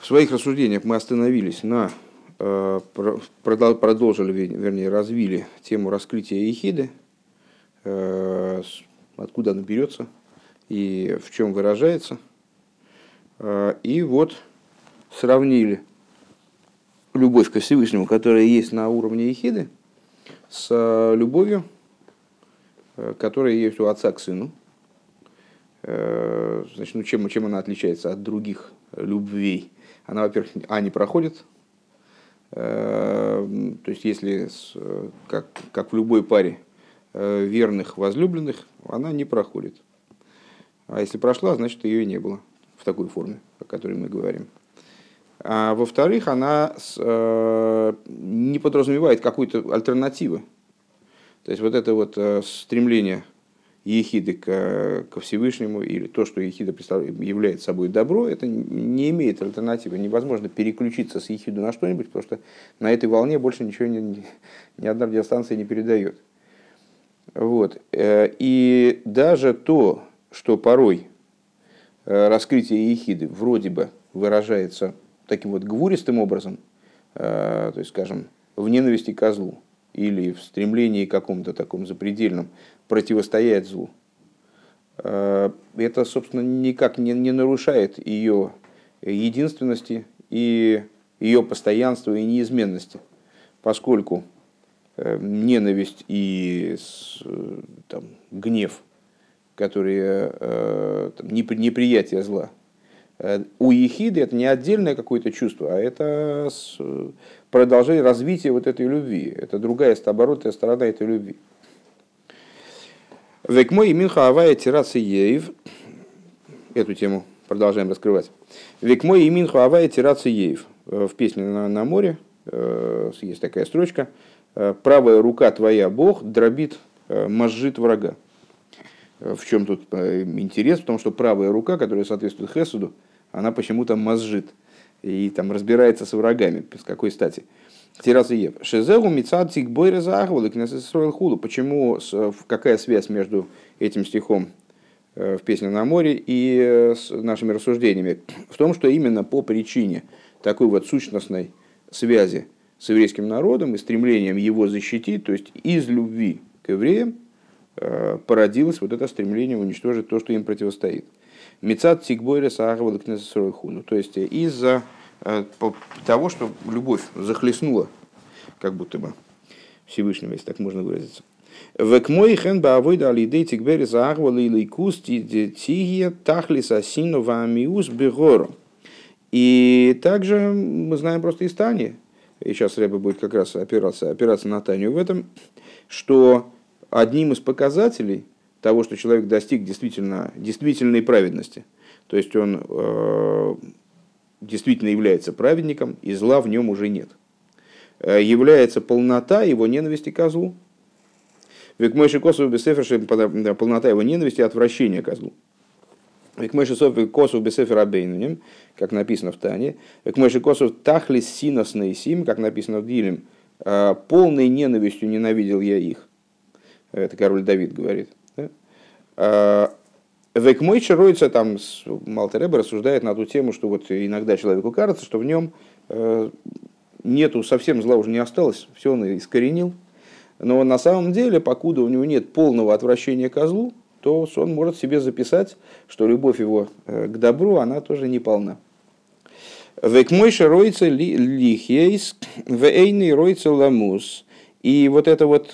своих рассуждениях мы остановились на, продолжили, вернее, развили тему раскрытия ехиды, откуда она берется и в чем выражается. И вот сравнили любовь ко Всевышнему, которая есть на уровне ехиды, с любовью, которая есть у отца к сыну. Значит, ну, чем она отличается от других любвей? Она, во-первых, не проходит. То есть, если, как в любой паре верных возлюбленных, она не проходит. А если прошла, значит, ее и не было в такой форме, о которой мы говорим. А во-вторых, она не подразумевает какой-то альтернативы. То есть, вот это вот стремление ехиды ко Всевышнему, или то, что ехида является собой добро, это не имеет альтернативы. Невозможно переключиться с ехиду на что-нибудь, потому что на этой волне больше ничего ни одна радиостанция не передает. Вот. И даже то, что порой раскрытие ехиды вроде бы выражается таким вот гвуристым образом, то есть, скажем, в ненависти ко злу, или в стремлении каком-то таком запредельном противостоять злу, это, собственно, никак не нарушает ее единственности и ее постоянства и неизменности, поскольку ненависть и там, гнев, которые неприятие зла, у ехиды это не отдельное какое-то чувство, а это продолжение развития вот этой любви. Это другая оборотная сторона этой любви. Векмой и минха авая тираци еев. Эту тему продолжаем раскрывать. Векмой и минха авая тираци еев. В песне на море есть такая строчка. Правая рука твоя, Бог, дробит, мозжит врага. В чем тут интерес? В том, что правая рука, которая соответствует хесуду, она почему-то мозжит и там разбирается с врагами. С какой стати? Шезегу мицадтик бойре заахвал и кнесестроил худу. Почему, какая связь между этим стихом в «Песне на море» и с нашими рассуждениями? В том, что именно по причине такой вот сущностной связи с еврейским народом и стремлением его защитить, то есть из любви к евреям, породилось вот это стремление уничтожить то, что им противостоит. Мицад тикбойре саагвал и кнесестроил худу. То есть из-за того, что любовь захлестнула, как будто бы, Всевышнего, если так можно выразиться. Векмой хен баавойда алидей тикбери заагвал и лейкус тигия тахлис асину ваамиус бегору. И также мы знаем просто из Тани, и сейчас Ребе будет как раз опираться на Танию в этом, что одним из показателей того, что человек достиг действительной праведности, то есть он действительно является праведником, и зла в нем уже нет, является полнота его ненависти ко злу. Векмойши косов бесефер, полнота его ненависти и отвращения ко злу. Векмойши косов бесефер абейнунем, как написано в Тане. Векмойши косов тахлис синос наисим, как написано в Дилем, полной ненавистью ненавидел я их. Это король Давид говорит. Векмойши роется, там Алтер Ребе рассуждает на ту тему, что вот иногда человеку кажется, что в нем нету совсем зла, уже не осталось, все он искоренил. Но на самом деле, покуда у него нет полного отвращения ко злу, то он может себе записать, что любовь его к добру, она тоже не полна. Векмойши роится лихейс, вейный роится ламус. И вот эта вот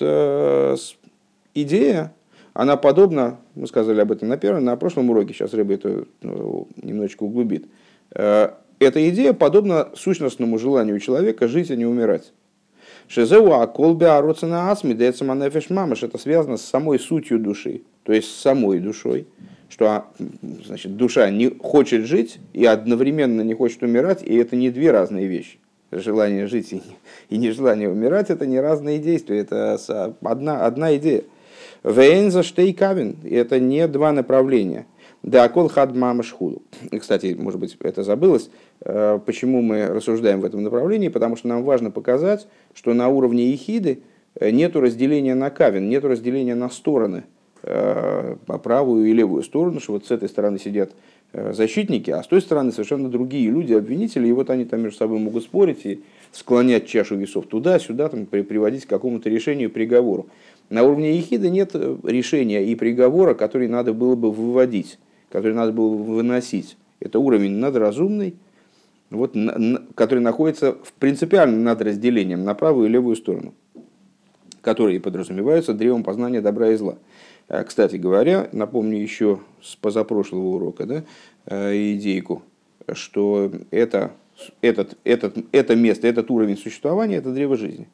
идея, она подобна, мы сказали об этом на прошлом уроке, сейчас Ребе это немножечко углубит. Эта идея подобна сущностному желанию человека жить, а не умирать. Шезеу аколбе ароцена асми дэцама нефеш мамаш. Это связано с самой сутью души, то есть с самой душой, что значит, душа не хочет жить и одновременно не хочет умирать, и это не две разные вещи. Желание жить и нежелание умирать — это не разные действия, это одна идея. Вейнза штейкавин — это не два направления. Да, акол хад мамаш худу. И, кстати, может быть, это забылось, почему мы рассуждаем в этом направлении, потому что нам важно показать, что на уровне ехиды нет разделения на кавин, нет разделения на стороны, по правую и левую сторону, что вот с этой стороны сидят защитники, а с той стороны совершенно другие люди, обвинители, и вот они там между собой могут спорить и склонять чашу весов туда-сюда, там, приводить к какому-то решению, приговору. На уровне ехиды нет решения и приговора, который надо было бы выводить, который надо было бы выносить. Это уровень надразумный, вот, который находится в принципиальном над разделением на правую и левую сторону, которые подразумеваются древом познания добра и зла. Кстати говоря, напомню еще с позапрошлого урока, да, идейку, что это место, этот уровень существования – это древо жизни.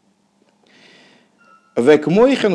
Векмойхен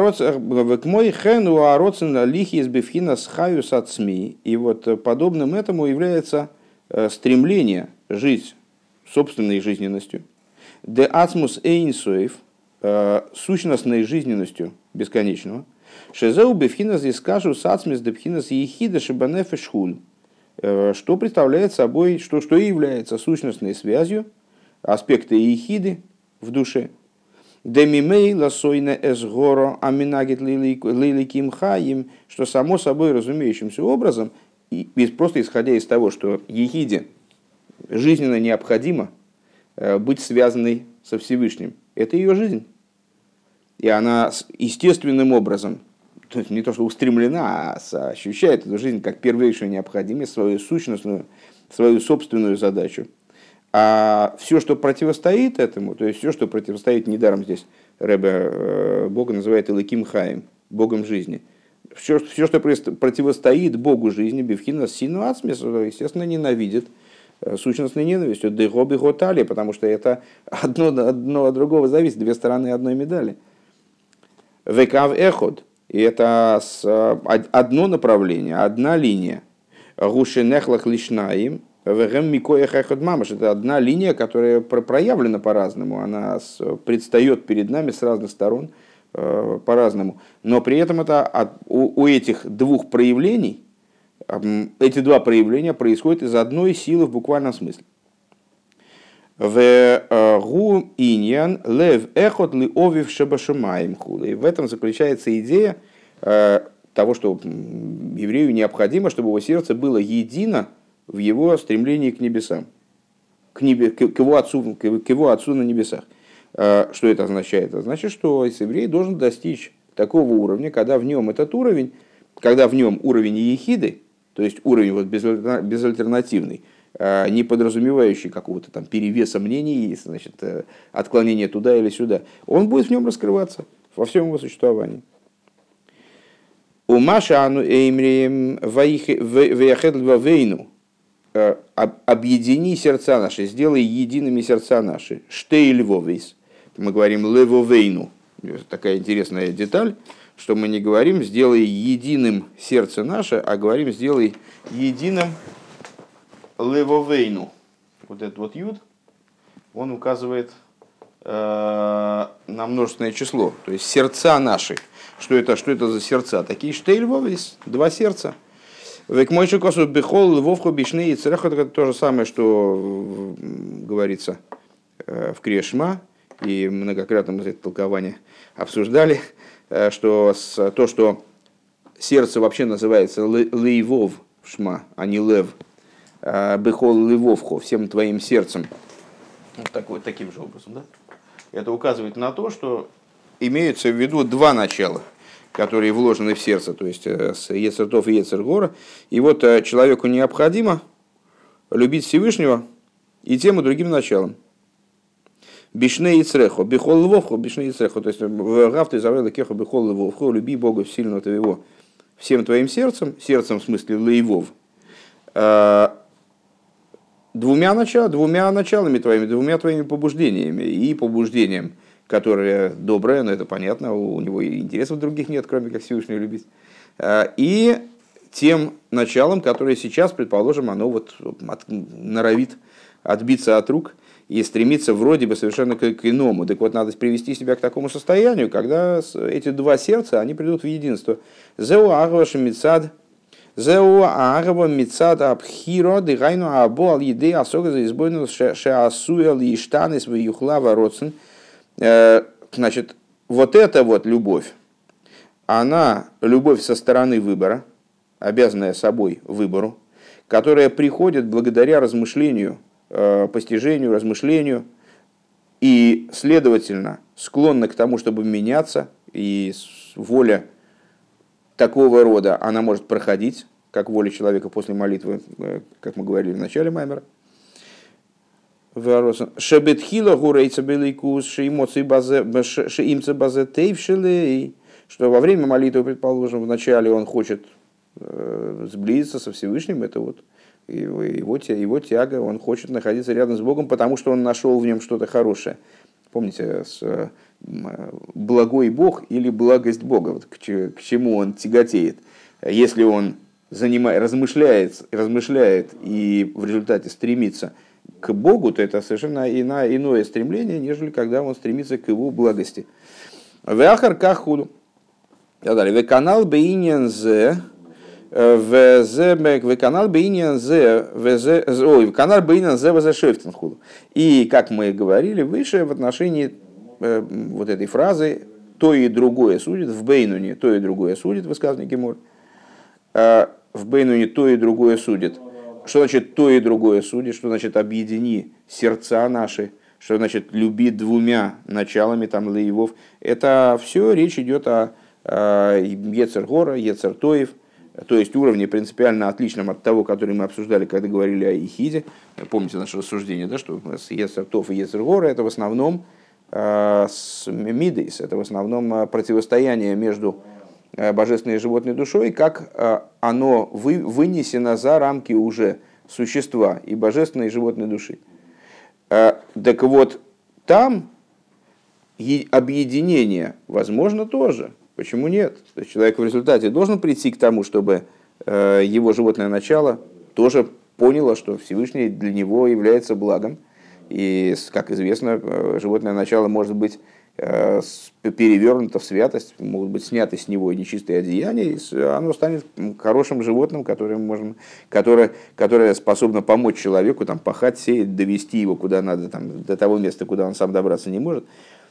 у ароцен лихи из бифхина схаю сацми. И вот подобным этому является стремление жить собственной жизненностью. Де ацмус эйнсоев, сущностной жизненностью бесконечного. Шезеу бифхина здесь скажу сацмис дебхинас ехида шибанеф и шхуль. Что представляет собой, что и является сущностной связью аспекта ехиды в душе. Демимей ласойна эсгоро аминагит лиликим хаим, что само собой разумеющимся образом, просто исходя из того, что ехиде жизненно необходимо быть связанной со Всевышним. Это ее жизнь. И она естественным образом, то есть не то что устремлена, а ощущает эту жизнь как первейшую необходимость, свою сущностную, свою собственную задачу. А все, что противостоит этому, то есть все, что противостоит, недаром здесь Ребе Бога называет Элоким Хаим, Богом жизни. Все, что противостоит Богу жизни, Бивхина Сину Ацмис, естественно, ненавидит сущностной ненавистью, Дегоби Готали, потому что это одно от другого зависит, две стороны одной медали. Векав Эход, и это одно направление, одна линия. Гушенехлах Лишнаим, Вегем Микоях Эход Мамаш, это одна линия, которая проявлена по-разному, она предстает перед нами с разных сторон по-разному. Но при этом это у этих двух проявлений, эти два проявления происходят из одной силы в буквальном смысле. В иньян лев эхот ли овив шебашимаим худа. И в этом заключается идея того, что еврею необходимо, чтобы его сердце было едино в его стремлении к небесам, к его отцу на небесах. Что это означает? Это значит, что еврей должен достичь такого уровня, когда в нем этот уровень, когда в нем уровень ехиды, то есть уровень вот безальтернативный, не подразумевающий какого-то там перевеса мнений, значит, отклонения туда или сюда, он будет в нем раскрываться во всем его существовании. У Машану Эймрием Вейну объедини сердца наши, сделай едиными сердца наши. Штей львовейс. Мы говорим левовейну. Такая интересная деталь, что мы не говорим сделай единым сердце наше, а говорим сделай единым левовейну. Вот этот вот юд, он указывает на множественное число, то есть сердца наши. Что это за сердца? Такие штей львовейс, два сердца. Векмойши косу бихол львовху бишны и церах, это то же самое, что говорится в Крешма, и многократно мы это толкование обсуждали, что то, что сердце вообще называется лейвов в шма, а не лев, бихол львовху, всем твоим сердцем, вот таким же образом, да? Это указывает на то, что имеются в виду два начала, которые вложены в сердце, то есть с Ецертов и Ецергора. И вот человеку необходимо любить Всевышнего и тем и другим началом. Бишне и црехо, бихол львовхо, бишне и црехо. То есть гавты завели кехо бихол львовхо, люби Бога сильного твоего всем твоим сердцем, сердцем в смысле лейвов, двумя началами твоими, двумя твоими побуждениями. И побуждением, которое доброе, но это понятно, у него и интересов других нет, кроме как Всевышнего любить. И тем началом, которое сейчас, предположим, оно вот норовит отбиться от рук и стремится вроде бы совершенно к иному. Так вот, надо привести себя к такому состоянию, когда эти два сердца, они придут в единство. Зеу агва шемицад, зеу агва мицад абхиро, дыгайну або ал еды асога за избойну шеасуэл и штанес в юхлава родсен. Значит, вот эта вот любовь, она любовь со стороны выбора, обязанная собой выбору, которая приходит благодаря размышлению, постижению, размышлению, и, следовательно, склонна к тому, чтобы меняться, и воля такого рода, она может проходить, как воля человека после молитвы, как мы говорили в начале маймера. Шебетхила гурейца беликус шеимоци шеимца базе тейвшилей, что во время молитвы, предположим, в начале он хочет сблизиться со Всевышним, это вот его тяга, он хочет находиться рядом с Богом, потому что он нашел в нем что-то хорошее. Помните, благой Бог или благость Бога, вот к чему он тяготеет. Если он размышляет и в результате стремится к Богу, то это совершенно иное стремление, нежели когда он стремится к его благости. Веахар кахуду. Веканал бейнин зе канал бейнин зе шефтенхуду. И, как мы говорили выше, в отношении вот этой фразы «то и другое судит», в Бейнуне «то и другое судит», высказывание Гемор, в Бейнуне «то и другое судит». Что значит «то и другое судит», что значит «объедини сердца наши», что значит «люби двумя началами», там, леевов. Это все речь идет о Ецер Гора, Ецер Тоев, то есть уровне принципиально отличном от того, который мы обсуждали, когда говорили о Ихиде. Помните наше рассуждение, да, что Ецер Тов и Ецер Гора это в основном мидейс, это в основном противостояние между божественной и животной душой, как оно вынесено за рамки уже существа и божественной и животной души. Так вот, там объединение возможно тоже. Почему нет? То есть человек в результате должен прийти к тому, чтобы его животное начало тоже поняло, что Всевышний для него является благом. И, как известно, животное начало может быть перевернуто в святость, могут быть сняты с него нечистые одеяния, и оно станет хорошим животным, которое способно помочь человеку там, пахать, сеять, довести его куда надо, там, до того места, куда он сам добраться не может.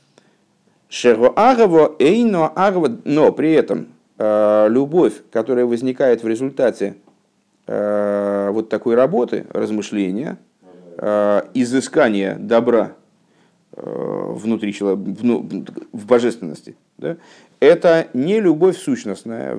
Но при этом любовь, которая возникает в результате вот такой работы, размышления, изыскания добра внутри человека, в божественности, да, это не любовь сущностная,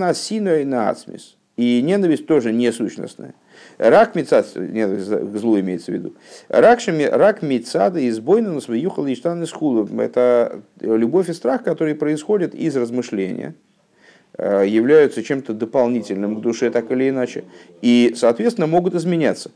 и ненависть тоже не сущностная. Рак мицад, к злу имеется в виду. Рак мицада из бойна на свою халиштан из хулу. Это любовь и страх, которые происходят из размышления, являются чем-то дополнительным к душе, так или иначе, и, соответственно, могут изменяться.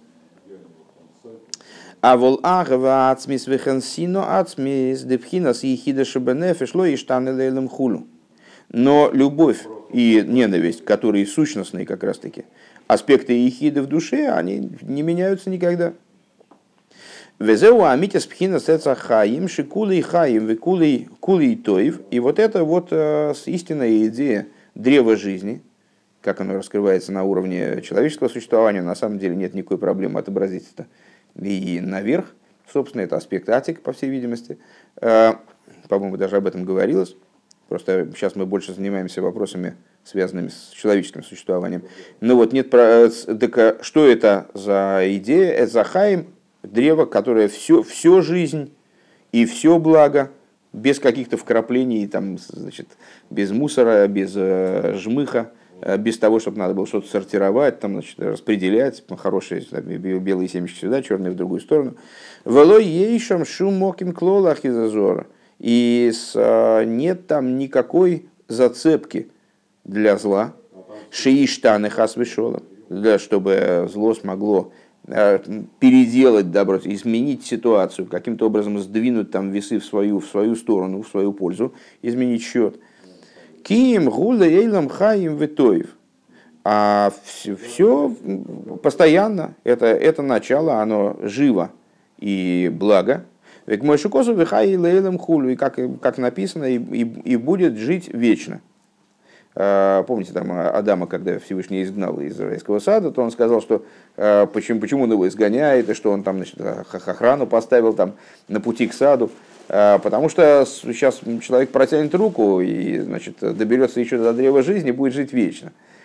А вол агава ацмис вехансино ацмис депхинас ехида шабенефеш ло иштан элейлем хулу. Но любовь и ненависть, которые сущностные как раз таки, аспекты ехиды в душе, они не меняются никогда. Везеу амитис пхинас эца хаим шикулей хаим векулей тоев. И вот это вот истинная идея древа жизни, как оно раскрывается на уровне человеческого существования, на самом деле нет никакой проблемы отобразить это и наверх. Собственно, это аспект атик, по всей видимости. По-моему, даже об этом говорилось. Просто сейчас мы больше занимаемся вопросами, связанными с человеческим существованием. Но вот нет, так что это за идея? Это захаим, древо, которое все жизнь и все благо, без каких-то вкраплений, там, значит, без мусора, без жмыха, без того, чтобы надо было что-то сортировать, там, значит, распределять, хорошие белые семечки сюда, черные в другую сторону. Велой ейшам шум моким клолах из азора. И нет там никакой зацепки для зла, шииштаны хасвешола, чтобы зло смогло переделать добро, изменить ситуацию, каким-то образом сдвинуть там весы в свою сторону, в свою пользу, изменить счет. Киим гула эйлам хаим ветоев. А все постоянно, это начало, оно живо и благо. Ведь мой шикосу вихай лейлам хулю, и как написано, и будет жить вечно. Помните, там Адама, когда Всевышний изгнал из райского сада, то он сказал, что почему он его изгоняет, и что он там, значит, охрану поставил там на пути к саду. Потому что сейчас человек протянет руку и, значит, доберется еще до древа жизни, будет жить вечно.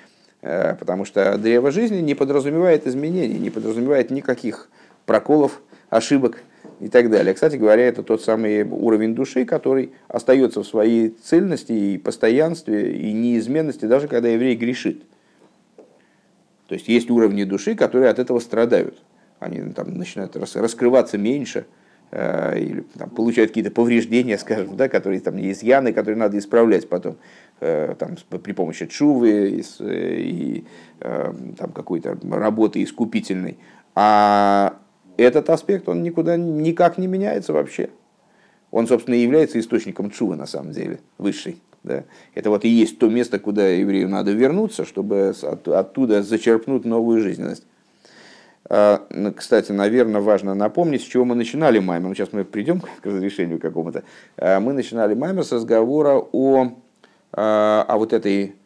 Потому что древо жизни не подразумевает изменений, не подразумевает никаких проколов, ошибок и так далее. Кстати говоря, это тот самый уровень души, который остается в своей цельности и постоянстве и неизменности, даже когда еврей грешит. То есть есть уровни души, которые от этого страдают. Они там начинают раскрываться меньше, или там, получают какие-то повреждения, скажем, да, которые там изъяны, которые надо исправлять потом там, при помощи тшувы и там, какой-то работы искупительной. А этот аспект, он никак не меняется вообще. Он, собственно, и является источником тшувы, на самом деле, высший. Да? Это вот и есть то место, куда еврею надо вернуться, чтобы оттуда зачерпнуть новую жизненность. Кстати, наверное, важно напомнить, с чего мы начинали маймер. Сейчас мы придем к разрешению какому-то. Мы начинали маймер с разговора о вот этой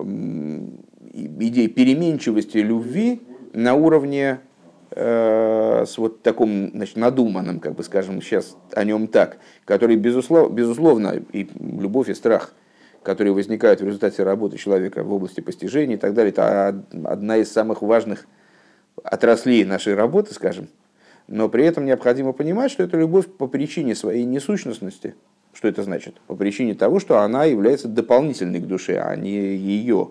идее переменчивости любви на уровне с вот таком, значит, надуманным, как бы скажем сейчас о нем так, который, безусловно, и любовь, и страх, которые возникают в результате работы человека в области постижения и так далее, это одна из самых важных отраслей нашей работы, скажем, но при этом необходимо понимать, что это любовь по причине своей несущностности. Что это значит? По причине того, что она является дополнительной к душе, а не ее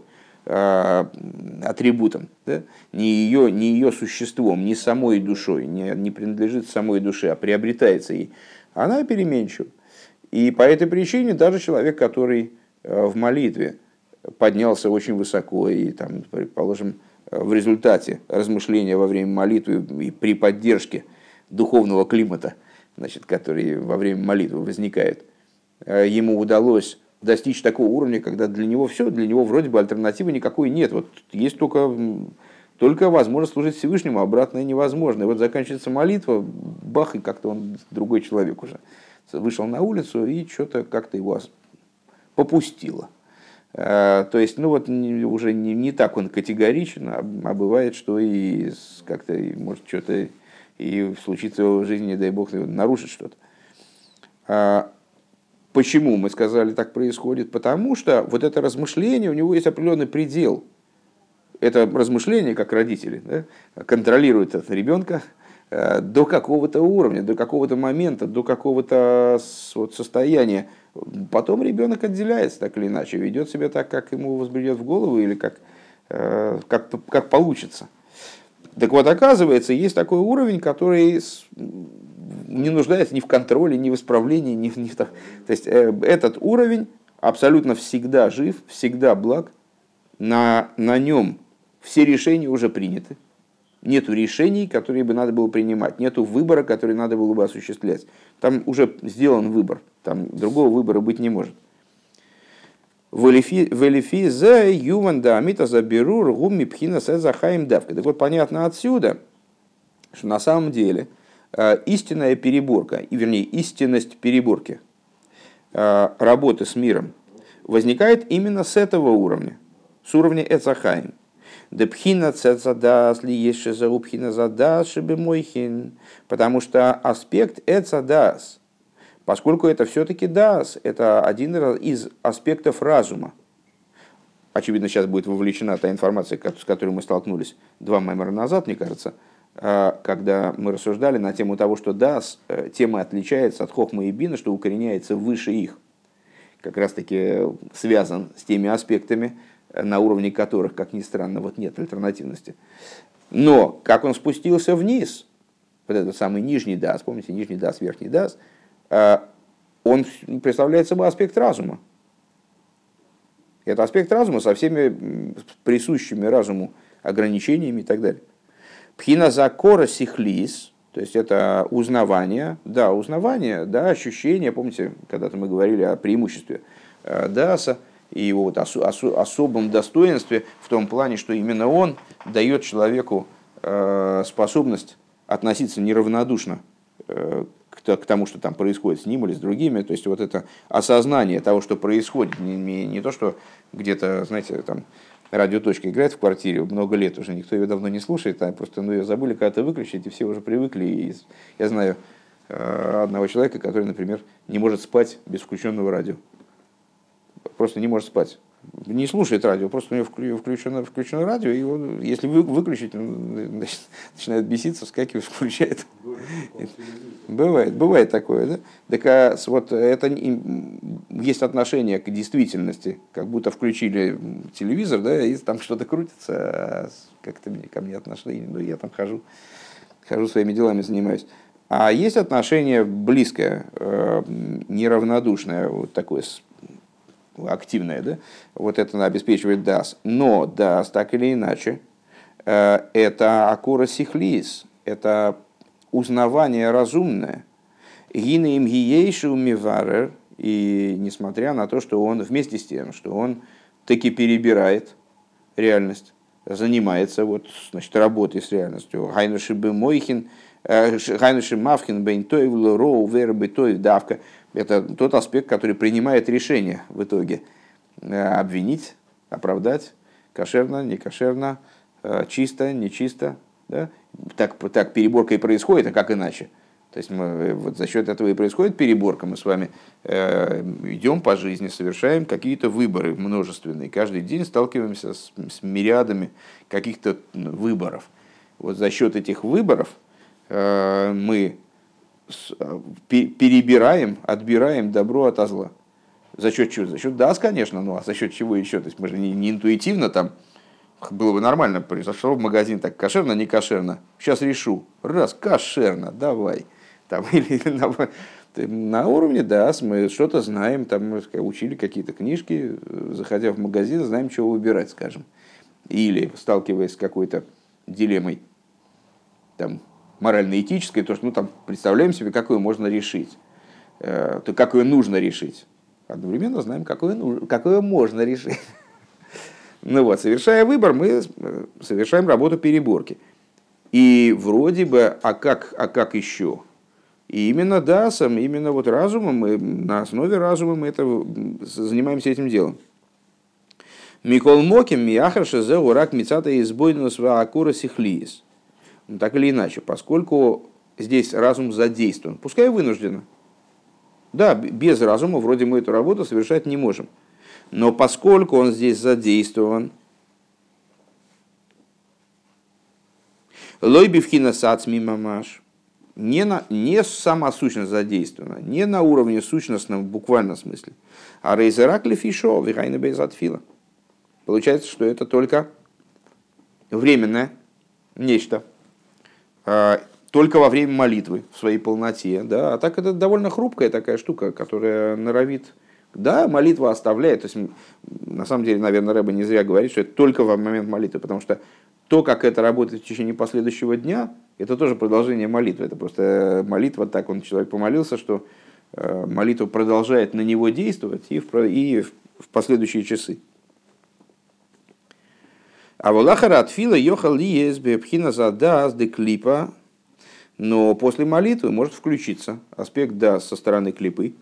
атрибутом, да? не ее существом, не самой душой, не принадлежит самой душе, а приобретается ей. Она переменчива. И по этой причине даже человек, который в молитве поднялся очень высоко и, там, предположим, в результате размышления во время молитвы и при поддержке духовного климата, значит, который во время молитвы возникает, ему удалось достичь такого уровня, когда для него все, для него вроде бы альтернативы никакой нет. Вот есть только возможность служить Всевышнему, обратное невозможно. И вот заканчивается молитва, бах, и как-то он другой человек уже. Вышел на улицу, и что-то как-то его попустило. То есть, ну вот уже не так он категоричен, а бывает, что и как-то может что-то и случится в жизни, не дай бог, нарушит что-то. Почему мы сказали так происходит? Потому что вот это размышление, у него есть определенный предел. Это размышление, как родители, да, контролируют это ребенка до какого-то уровня, до какого-то момента, до какого-то вот состояния. Потом ребенок отделяется так или иначе, ведет себя так, как ему взбредет в голову или как получится. Так вот, оказывается, есть такой уровень, который не нуждается ни в контроле, ни в исправлении, ни в... То есть этот уровень абсолютно всегда жив, всегда благ, на нем все решения уже приняты. Нету решений, которые бы надо было принимать, нету выбора, который надо было бы осуществлять. Там уже сделан выбор, там другого выбора быть не может. Велифи за юван да амита заберу ргуми пхина се захаим давка. Так вот, понятно отсюда, что на самом деле истинная переборка, и вернее истинность переборки работы с миром возникает именно с этого уровня, с уровня эцахаим. Депхина цецадас ли еще заупхина задас шебемойхин, потому что аспект эцадас, поскольку это все-таки дас, это один из аспектов разума. Очевидно, сейчас будет вовлечена та информация, с которой мы столкнулись 2 маймера назад, мне кажется, когда мы рассуждали на тему того, что дас, тема отличается от хохмы и бина, что укореняется выше их. Как раз таки связан с теми аспектами, на уровне которых, как ни странно, вот нет альтернативности. Но как он спустился вниз, вот этот самый нижний дас, помните, нижний дас, верхний дас, он представляет собой аспект разума. Это аспект разума со всеми присущими разуму ограничениями и так далее. Пхина закора сихлис, то есть это узнавание, да, ощущение, помните, когда-то мы говорили о преимуществе даса, и его вот особом достоинстве в том плане, что именно он дает человеку способность относиться неравнодушно к тому, что там происходит с ним или с другими. То есть вот это осознание того, что происходит, не то, что где-то, знаете, там радиоточка играет в квартире много лет, уже никто ее давно не слушает, а просто ее забыли когда-то выключить, и все уже привыкли. И я знаю одного человека, который, например, не может спать без включенного радио. Просто не может спать. не слушает радио, просто у него включено радио, и он, если выключить, он начинает беситься, вскакивает, включает. Бывает такое, да? Так вот это есть отношение к действительности, как будто включили телевизор, да, и там что-то крутится, а как-то ко мне отношение, ну я там хожу своими делами, занимаюсь. А есть отношение близкое, неравнодушное, вот такое активное, да? Вот это обеспечивает дас. Но дас, так или иначе, это акура сихлис, это узнавание разумное. Гина им гиейшу миварер, и несмотря на то, что он вместе с тем, что он таки перебирает реальность, занимается вот, значит, работой с реальностью. Гайнуши бы мойхин, гайнуши мавхин бейн той роу вербы той давка. Это тот аспект, который принимает решение в итоге. Обвинить, оправдать, кошерно, не кошерно, чисто, нечисто. Да? Так переборка и происходит, а как иначе? То есть вот за счет этого и происходит переборка. Мы с вами идем по жизни, совершаем какие-то выборы множественные. Каждый день сталкиваемся с мириадами каких-то выборов. Вот за счет этих выборов мы перебираем, отбираем добро от зла. За счет чего? За счет дас, конечно, ну а за счет чего еще? То есть мы же не интуитивно там, было бы нормально, произошло в магазин, так кошерно, не кошерно. Сейчас решу. Раз, кошерно, давай. Там, или на уровне дас мы что-то знаем, там мы учили какие-то книжки, заходя в магазин, знаем, чего выбирать, скажем. Или сталкиваясь с какой-то дилеммой там, морально-этической, то что там представляем себе, как ее можно решить, то как ее нужно решить. Одновременно знаем, как ее можно решить. Ну вот, совершая выбор, мы совершаем работу переборки. И вроде бы, а как еще? И именно дасом, именно вот разумом, мы, на основе разума мы занимаемся этим делом. Микол Моким, Миахарша, Зеурак, Мицата, Избойнус, Ваакура, Сихлиис. Так или иначе, поскольку здесь разум задействован, пускай вынужденно. Да, без разума вроде мы эту работу совершать не можем. Но поскольку он здесь задействован, лойбивхина сацми мамаш, не сама сущность задействована, не на уровне сущностном в буквальном смысле, а рейзерак лефишо, вихайна бейзатфила. Получается, что это только временное нечто, только во время молитвы в своей полноте. Да? А так это довольно хрупкая такая штука, которая норовит. Да, молитва оставляет. То есть, на самом деле, наверное, Рэбе не зря говорит, что это только в момент молитвы, потому что то, как это работает в течение последующего дня, это тоже продолжение молитвы. Это просто молитва, так он человек помолился, что молитва продолжает на него действовать и в последующие часы. А волахара отфила ехал ли есть бепхина задас де клипа, но после молитвы может включиться аспект дас со стороны клипы.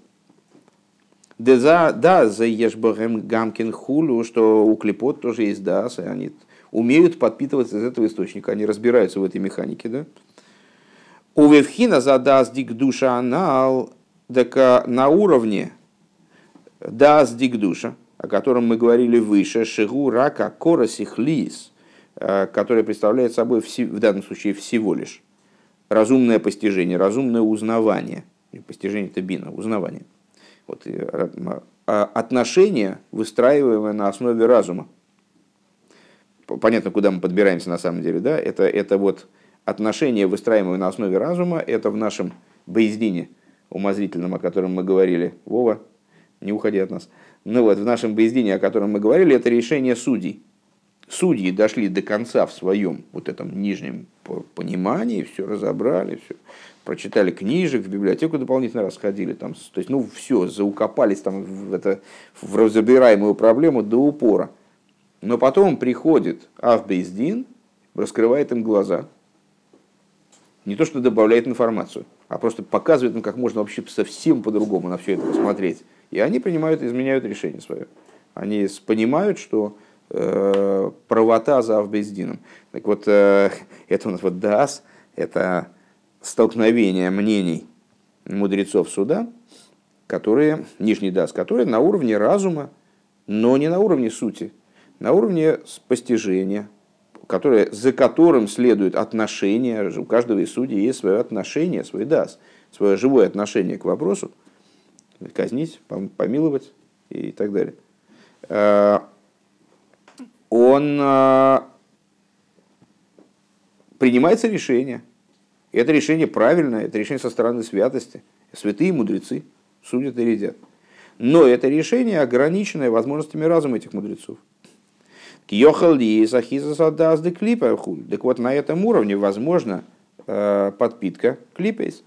Да, за ешбахем гамкин хулу, что у клипот тоже есть дас, и они умеют подпитываться из этого источника, они разбираются в этой механике, да. У вевхина за дас дик душа анал, так на уровне дас дик душа, о котором мы говорили выше, шигу рака коросих лис, который представляет собой в данном случае всего лишь разумное постижение, разумное узнавание, постижение это бина, узнавание. Вот, отношения, выстраиваемые на основе разума. Понятно, куда мы подбираемся на самом деле, да? Это вот отношения, выстраиваемые на основе разума, это в нашем бейздине умозрительном, о котором мы говорили. Вова, не уходи от нас. Ну вот, в нашем бейздине, о котором мы говорили, это решение судей. Судьи дошли до конца в своем вот этом нижнем понимании, все разобрали, все. Прочитали книжек, в библиотеку дополнительно расходили, там, то есть, ну, все, заукопались там в разбираемую проблему до упора. Но потом приходит Авбейздин, раскрывает им глаза. Не то, что добавляет информацию, а просто показывает им, как можно вообще совсем по-другому на все это посмотреть. И они принимают, изменяют решение свое. Они понимают, что правота за Авбейздином. Так вот, это у нас вот даас, это столкновение мнений мудрецов суда, которые, нижний дас, которые на уровне разума но не на уровне сути, на уровне постижения, за которым следует отношение. У каждого из судей есть свое отношение, свой дас, свое живое отношение к вопросу, казнить, помиловать и так далее. Он принимается решение. И это решение правильное, это решение со стороны святости. Святые мудрецы судят и рядят. Но это решение ограниченное возможностями разума этих мудрецов. Так вот, на этом уровне возможна подпитка клипейс.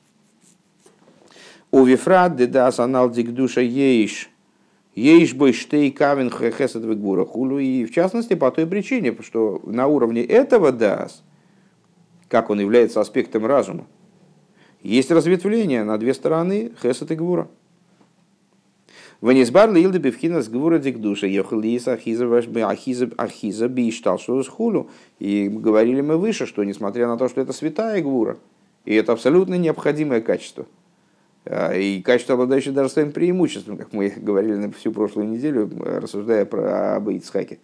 У вифрат дедас аналдик душа ейш бойштей кавен хесед вегбура хулу. И в частности по той причине, что на уровне этого дас, как он является аспектом разума, есть разветвление на две стороны хесед и гвура. Ванизбар лилды бевхинас гвура дикдуша ехалис ахиза биштал что с хулу. И говорили мы выше, что несмотря на то, что это святая гвура, и это абсолютно необходимое качество, и качество, обладающее даже своим преимуществом, как мы говорили на всю прошлую неделю, рассуждая про об Ицхаке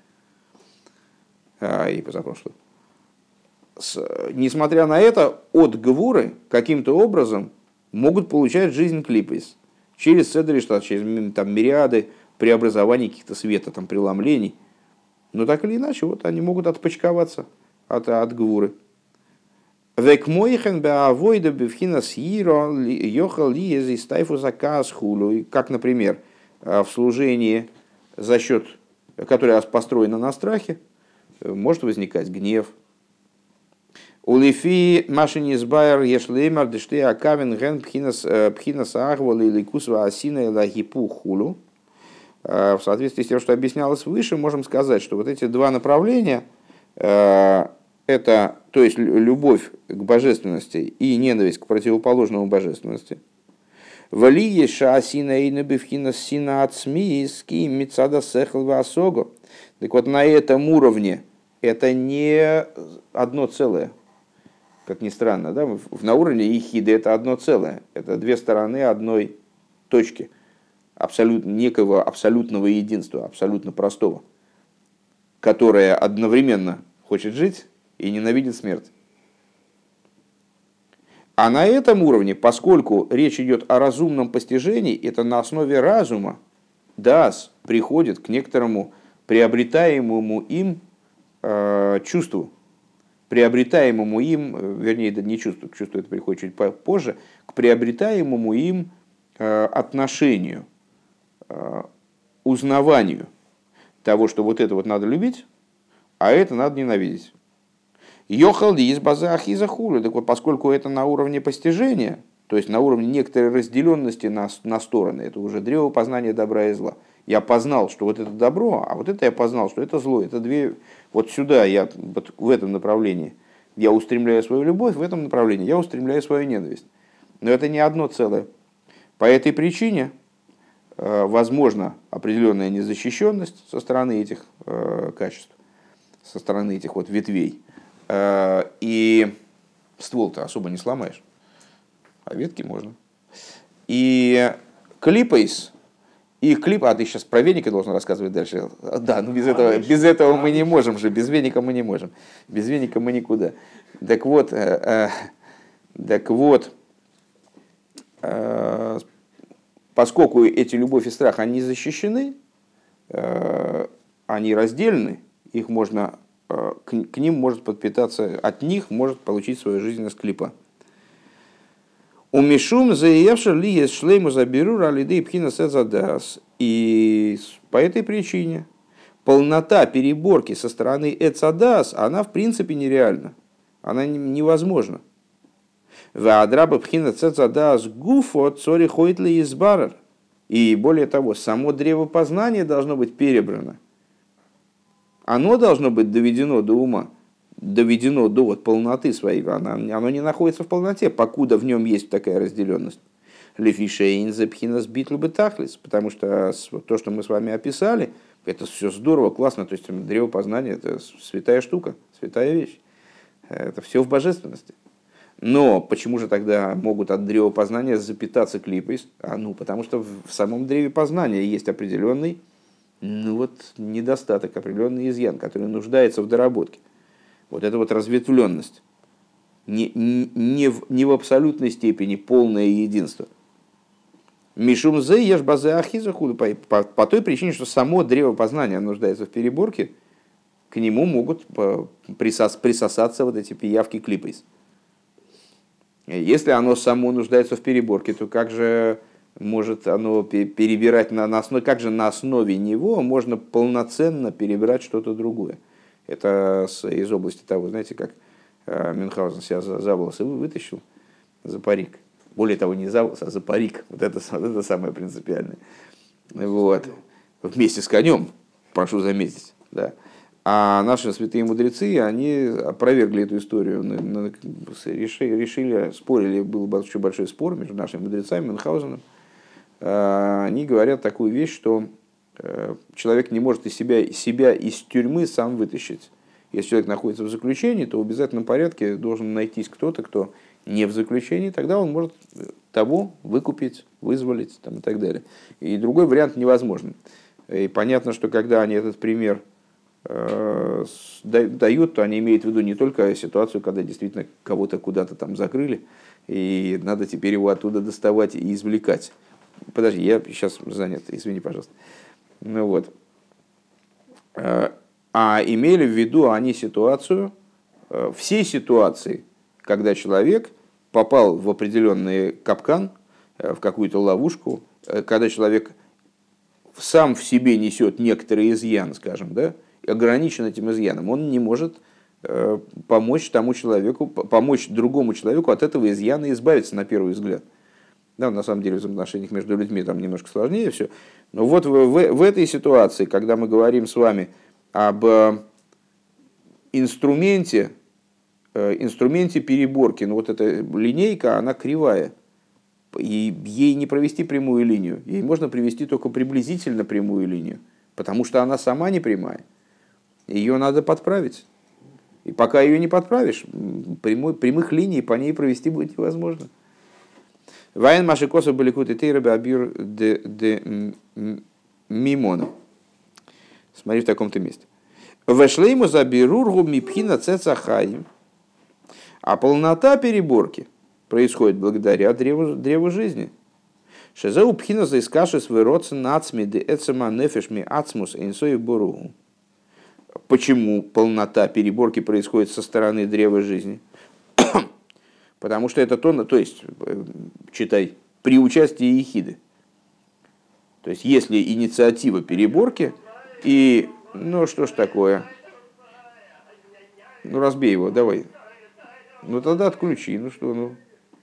и позапрошлую. Несмотря на это, от гвуры каким-то образом могут получать жизнь клипейс через седриштат, через там, мириады преобразований каких-то света, там, преломлений. Но так или иначе, вот они могут отпочковаться от гвуры. Как, например, в служении, за счет, которое построено на страхе, может возникать гнев. Улифи машини сбайр ешлеймар деште акавен ген пхинас агвол или кусва асина лагипу хулу. В соответствии с тем, что объяснялось выше, можем сказать, что вот эти два направления, это, то есть любовь к божественности и ненависть к противоположному божественности. Валие шаасина и набивхина сина ацмииски мицада сехл васого. Так вот, на этом уровне это не одно целое. Как ни странно, да? На уровне ехиды это одно целое. Это две стороны одной точки. Некого абсолютного единства, абсолютно простого, которое одновременно хочет жить и ненавидит смерть. А на этом уровне, поскольку речь идет о разумном постижении, это на основе разума, дас приходит к некоторому приобретаемому им чувству, приобретаемому им, вернее, это не чувство, чувство это приходит чуть позже, к приобретаемому им отношению, узнаванию того, что вот это вот надо любить, а это надо ненавидеть. Йохалди из база ахиза хулю. Так вот, поскольку это на уровне постижения, то есть на уровне некоторой разделенности на стороны, это уже древо познания добра и зла. Я познал, что вот это добро, а вот это я познал, что это зло. Это две... Вот сюда, вот в этом направлении я устремляю свою любовь, в этом направлении я устремляю свою ненависть. Но это не одно целое. По этой причине возможна определенная незащищенность со стороны этих качеств, со стороны этих вот ветвей. И ствол-то особо не сломаешь, а ветки можно. И клипейс, а ты сейчас про веника должен рассказывать дальше. Да, ну без этого мы не можем же, без веника мы не можем. Без веника мы никуда. Так вот, поскольку эти любовь и страх, они защищены, они раздельны, их можно, к ним может подпитаться, от них может получить свою жизненность клипа. У Мишум заевшер ли есть шлейму заберу ралидей пхина сезадас. И по этой причине полнота переборки со стороны эцадас, она в принципе нереальна. Она невозможна. Ваадраба пхина сезадас гуфо цори ходит ли избарар. И более того, само древо познания должно быть перебрано. Оно должно быть доведено до ума, доведено до вот полноты своей, оно не находится в полноте, покуда в нем есть такая разделенность. Лефишейн запхинас битл бетахлис, потому что то, что мы с вами описали, это все здорово, классно, то есть древо познания это святая штука, святая вещь, это все в божественности. Но почему же тогда могут от древа познания запитаться клипейс? Потому что в самом древе познания есть определенный ну вот недостаток, определенный изъян, который нуждается в доработке. Вот это вот разветвленность. Не в абсолютной степени полное единство. Мишум зе еш базе ахиза худу. По той причине, что само древо познания нуждается в переборке, к нему могут присосаться вот эти пиявки клипейс. Если оно само нуждается в переборке, то как же может оно перебирать на основе, как же на основе него можно полноценно перебирать что-то другое? Это из области того, знаете, как Мюнхгаузен себя за волосы вытащил, за парик. Более того, не за волосы, а за парик. Вот это самое принципиальное. Вот. Вместе с конем, прошу заметить. Да. А наши святые мудрецы, они опровергли эту историю, решили, спорили, был очень большой спор между нашими мудрецами, Мюнхгаузеном. Они говорят такую вещь, что человек не может себя из тюрьмы сам вытащить. Если человек находится в заключении, то в обязательном порядке должен найтись кто-то, кто не в заключении, тогда он может того выкупить, вызволить там, и так далее. И другой вариант невозможен. И понятно, что когда они этот пример дают, то они имеют в виду не только ситуацию, когда действительно кого-то куда-то там закрыли, и надо теперь его оттуда доставать и извлекать. Подожди, я сейчас занят, извини, пожалуйста. Ну вот. А имели в виду они ситуацию, все ситуации, когда человек попал в определенный капкан, в какую-то ловушку, когда человек сам в себе несет некоторый изъян, скажем, да, и ограничен этим изъяном, он не может помочь тому человеку, помочь другому человеку от этого изъяна избавиться на первый взгляд. Да, на самом деле в взаимоотношениях между людьми там немножко сложнее все. Но вот в этой ситуации, когда мы говорим с вами об инструменте переборки, ну вот эта линейка, она кривая. И ей не провести прямую линию, ей можно привести только приблизительно прямую линию, потому что она сама не прямая. Ее надо подправить. И пока ее не подправишь, прямых линий по ней провести будет невозможно. Вайн машикоса баликут и тейрабе абир де мимона. Смотри в таком-то месте. Вешлейму забирургу мипхина цецахаим. А полнота переборки происходит благодаря древу жизни. Шезеу пхина заискаши свыроцы нацми де эцема нефешми ацмус инсой буру. Почему полнота переборки происходит со стороны древа жизни? Потому что это то есть, читай, при участии ехиды. То есть, если инициатива переборки, и, ну что ж такое, ну разбей его, давай. Ну тогда отключи, ну что, ну.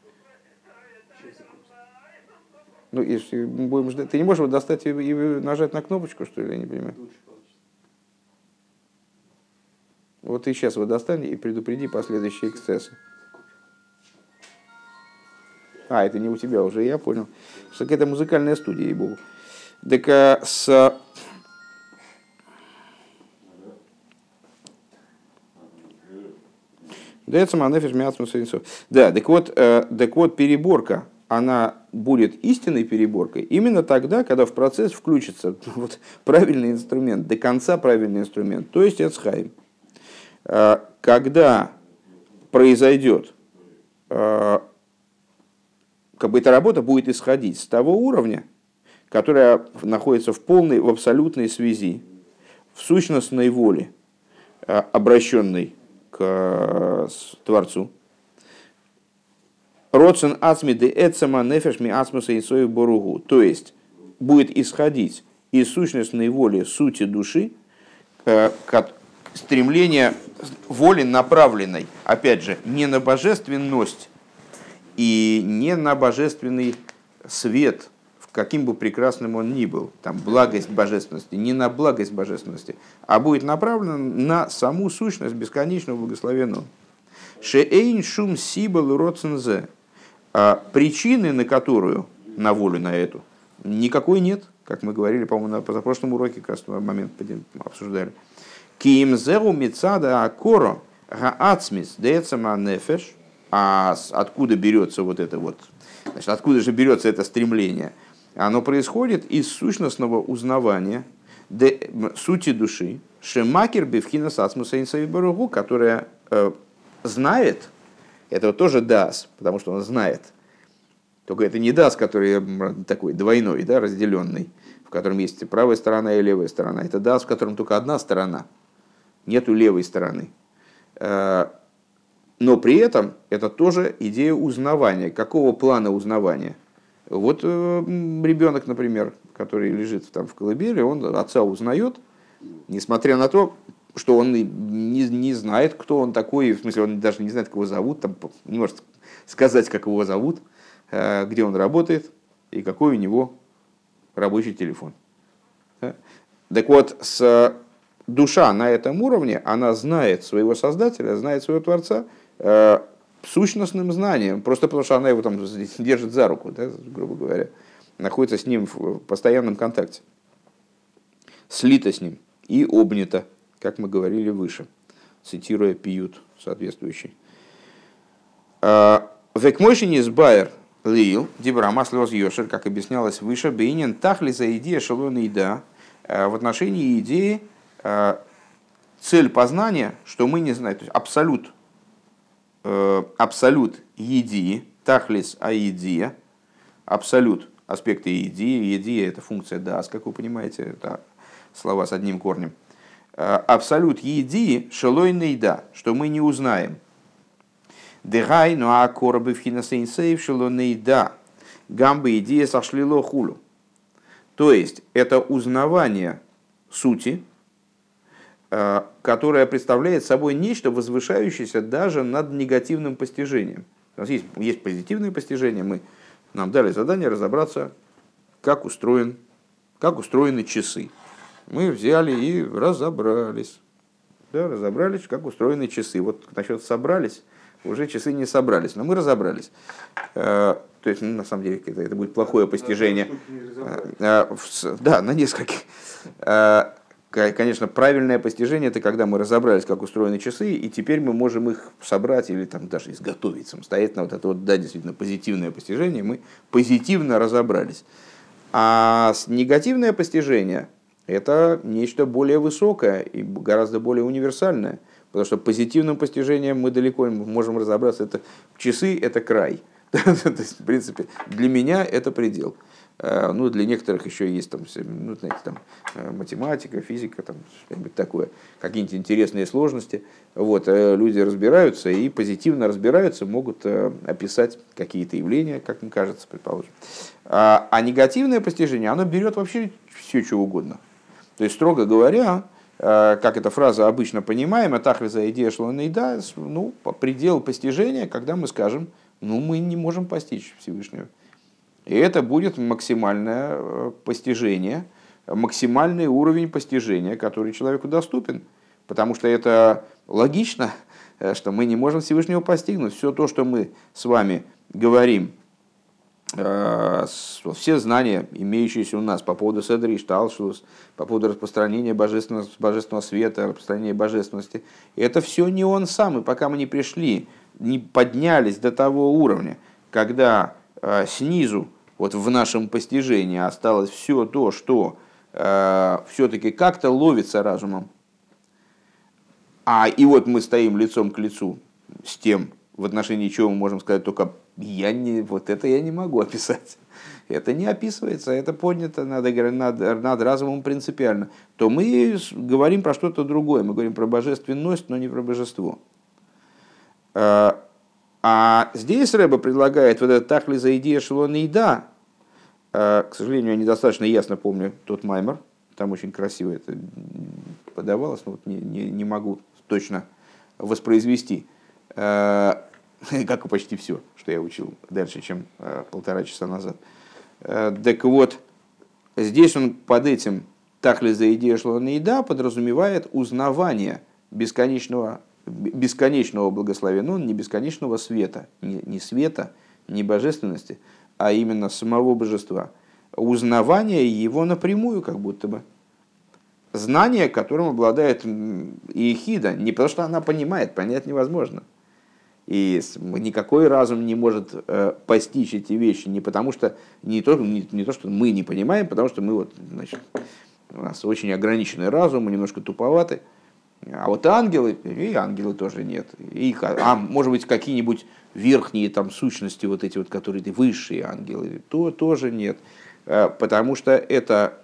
Ну, если мы будем ждать, ты не можешь его достать и нажать на кнопочку, что ли, я не понимаю. Вот ты сейчас его достань и предупреди последующие эксцессы. А, это не у тебя уже, я понял. Что какая-то музыкальная студия, ей-богу. Так да, так вот, переборка, она будет истинной переборкой именно тогда, когда в процесс включится вот, правильный инструмент, до конца правильный инструмент, то есть эцхайм. Когда произойдет, как бы эта работа будет исходить с того уровня, которая находится в абсолютной связи, в сущностной воле, обращенной к Творцу. Родсен ацми де эцема нефеш ми ацмуса инсою боругу. То есть, будет исходить из сущностной воли сути души, стремление воли направленной, опять же, не на божественность и не на божественный свет, каким бы прекрасным он ни был, там благость божественности, не на благость божественности, а будет направлено на саму сущность бесконечного благословенного. Шеэйн шум сибал родсензе. Причины, на которую, на волю на эту, никакой нет, как мы говорили, по-моему, на позапрошлом уроке, как раз в момент обсуждали. Киимзеру мицада акоро гаацмис деэцама нефеш. А откуда берется вот это вот, значит, откуда же берется это стремление? Оно происходит из сущностного узнавания Сути души, шемакер бифхина сацмуса инсавибаругу, которая знает, это вот тоже дас, потому что он знает. Только это не дас, который такой двойной, да, разделенный, в котором есть правая сторона и левая сторона. Это дас, в котором только одна сторона, нету левой стороны. Но при этом это тоже идея узнавания. Какого плана узнавания? Вот ребенок, например, который лежит там в колыбели, он отца узнает, несмотря на то, что он не знает, кто он такой, в смысле, он даже не знает, как его зовут, там, не может сказать, как его зовут, где он работает и какой у него рабочий телефон. Так вот, душа на этом уровне, она знает своего Создателя, знает своего Творца сущностным знанием, просто потому что она его там держит за руку, да, грубо говоря, находится с ним в постоянном контакте, слита с ним и обнята, как мы говорили выше, цитируя Пиют соответствующий. Векмойшини сбайер лил дибрамас лоз йошер, как объяснялось выше, бейнин тахли за идея шалона ида, в отношении идеи цель познания, что мы не знаем, то есть абсолют еди, тахлис аидия, абсолют аспекты еди, едия это функция дас, как вы понимаете, это слова с одним корнем. Абсолют еди шелойный да, что мы не узнаем. Дегай, ну а корабы в хинасейнсейв шелойный да, гамбы идея сошлило хулу. То есть это узнавание сути, которая представляет собой нечто, возвышающееся даже над негативным постижением. У нас есть позитивное постижение, нам дали задание разобраться, как устроены часы. Мы взяли и разобрались. Да, разобрались, как устроены часы. Вот насчет собрались, уже часы не собрались, но мы разобрались. То есть, на самом деле, это будет плохое постижение. Да, на нескольких. Конечно, правильное постижение – это когда мы разобрались, как устроены часы, и теперь мы можем их собрать или там, даже изготовить самостоятельно. Вот это вот, да, действительно, позитивное постижение. Мы позитивно разобрались. А негативное постижение – это нечто более высокое и гораздо более универсальное. Потому что позитивным постижением мы далеко можем разобраться. Это, часы – это край. То есть, в принципе, для меня это предел. Ну, для некоторых еще есть там, ну, знаете, там, математика, физика, там, что-нибудь такое, какие-нибудь интересные сложности. Вот, люди разбираются и позитивно разбираются, могут описать какие-то явления, как им кажется, предположим. А негативное постижение, оно берет вообще все, что угодно. То есть, строго говоря, как эта фраза обычно понимаема, тахли за идея шлонейда, ну, предел постижения, когда мы скажем, ну, мы не можем постичь Всевышнего. И это будет максимальное постижение, максимальный уровень постижения, который человеку доступен. Потому что это логично, что мы не можем Всевышнего постигнуть. Все то, что мы с вами говорим, все знания, имеющиеся у нас по поводу Седри и Шталшус, по поводу распространения божественного света, распространения божественности, это все не он сам. И пока мы не пришли, не поднялись до того уровня, когда снизу, вот в нашем постижении осталось все то, что все-таки как-то ловится разумом. И вот мы стоим лицом к лицу с тем, в отношении чего мы можем сказать только вот это я не могу описать. Это не описывается, это поднято над разумом принципиально. То мы говорим про что-то другое. Мы говорим про божественность, но не про божество. А здесь Рэбе предлагает вот этот тахли за идея шелона и да. К сожалению, я недостаточно ясно помню тот маймер. Там очень красиво это подавалось, но вот не могу точно воспроизвести. Как и почти все, что я учил дальше, чем 1,5 часа назад. Так вот, здесь он под этим тахли за идея шелона и да подразумевает узнавание бесконечного благословения, но не бесконечного света, не света, не божественности, а именно самого божества. Узнавание его напрямую, как будто бы. Знание, которым обладает Иехида, не потому что она понимает, понять невозможно. И никакой разум не может постичь эти вещи, не потому что не то, что мы не понимаем, потому что мы вот, значит, У нас очень ограниченный разум, мы немножко туповаты. А вот ангелы, и ангелы тоже нет. Может быть, какие-нибудь верхние там сущности, вот эти вот, которые высшие ангелы, то тоже нет. Потому что эта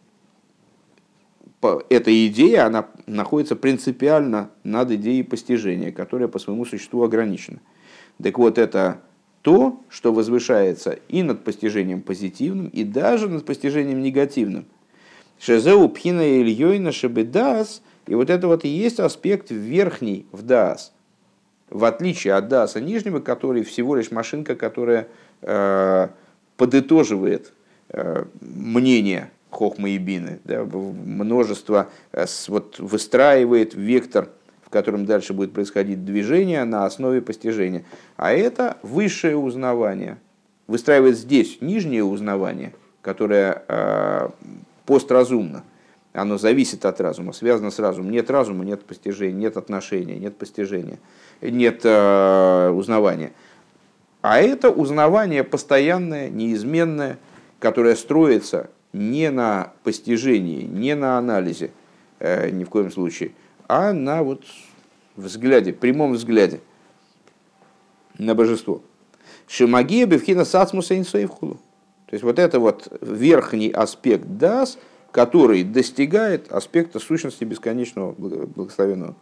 идея, она находится принципиально над идеей постижения, которая по своему существу ограничена. Так вот, это то, что возвышается и над постижением позитивным, и даже над постижением негативным. Шезеу пхина ильёйна шебедас, и вот это вот и есть аспект верхний в даас. В отличие от дааса нижнего, который всего лишь машинка, которая подытоживает мнение хохмы и бины, да, множество, выстраивает вектор, в котором дальше будет происходить движение на основе постижения. А это высшее узнавание. Выстраивает здесь нижнее узнавание, которое постразумно. Оно зависит от разума, связано с разумом. Нет разума, нет постижения, нет отношения, нет постижения, нет узнавания. А это узнавание постоянное, неизменное, которое строится не на постижении, не на анализе, ни в коем случае, а на взгляде, прямом взгляде на божество. Шимагия бевхина сацмуса инсоевхулу. То есть вот это вот верхний аспект дас, который достигает аспекта сущности бесконечного благословенного.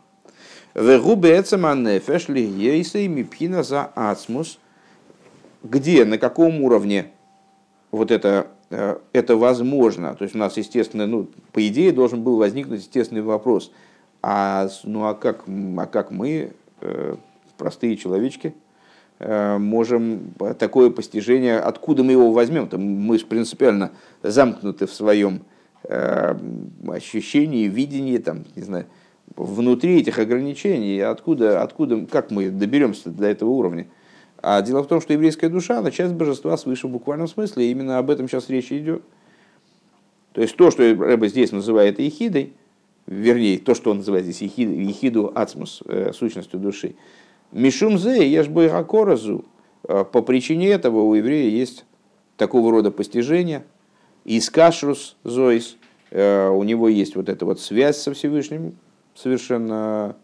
Где, на каком уровне вот это возможно? То есть у нас, естественно, по идее должен был возникнуть естественный вопрос. Как мы, простые человечки, можем такое постижение, откуда мы его возьмем? Мы принципиально замкнуты в своем ощущении, видении, не знаю, внутри этих ограничений, как мы доберемся до этого уровня. А дело в том, что еврейская душа, она часть божества свыше в буквальном смысле, и именно об этом сейчас речь идет. То есть то, что Рэбе здесь называет ехидой, вернее, то, что он называет здесь ехиду ацмус, сущностью души, мишум зе ешбой ракоразу, по причине этого у еврея есть такого рода постижение, искашрус зоис, у него есть вот эта вот связь со Всевышним, совершенно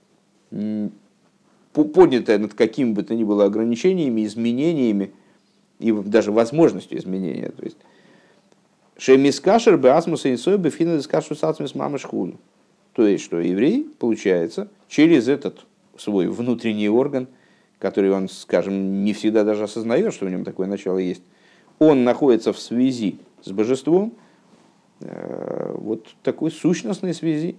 поднятая над какими бы то ни было ограничениями, изменениями и даже возможностью изменения. То есть шемискашер беасмуса инсой бефина дискашрус ацмус мамашхуну. То есть, что еврей, получается, через этот свой внутренний орган, который он, скажем, не всегда даже осознает, что в нем такое начало есть, он находится в связи с божеством, вот такой сущностной связи,